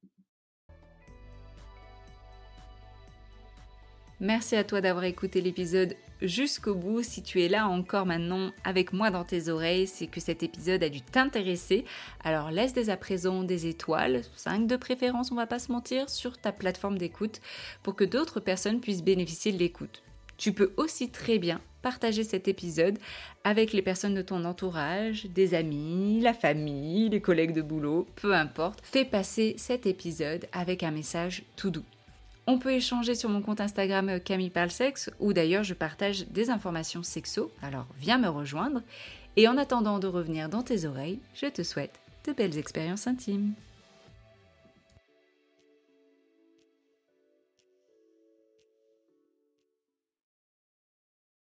Merci à toi d'avoir écouté l'épisode jusqu'au bout. Si tu es là encore maintenant avec moi dans tes oreilles, c'est que cet épisode a dû t'intéresser. Alors laisse dès à présent des étoiles, cinq de préférence, on va pas se mentir, sur ta plateforme d'écoute pour que d'autres personnes puissent bénéficier de l'écoute. Tu peux aussi très bien partager cet épisode avec les personnes de ton entourage, des amis, la famille, les collègues de boulot, peu importe. Fais passer cet épisode avec un message tout doux. On peut échanger sur mon compte Instagram euh, Camille Parle Sexe, où d'ailleurs je partage des informations sexo, alors viens me rejoindre. Et en attendant de revenir dans tes oreilles, je te souhaite de belles expériences intimes.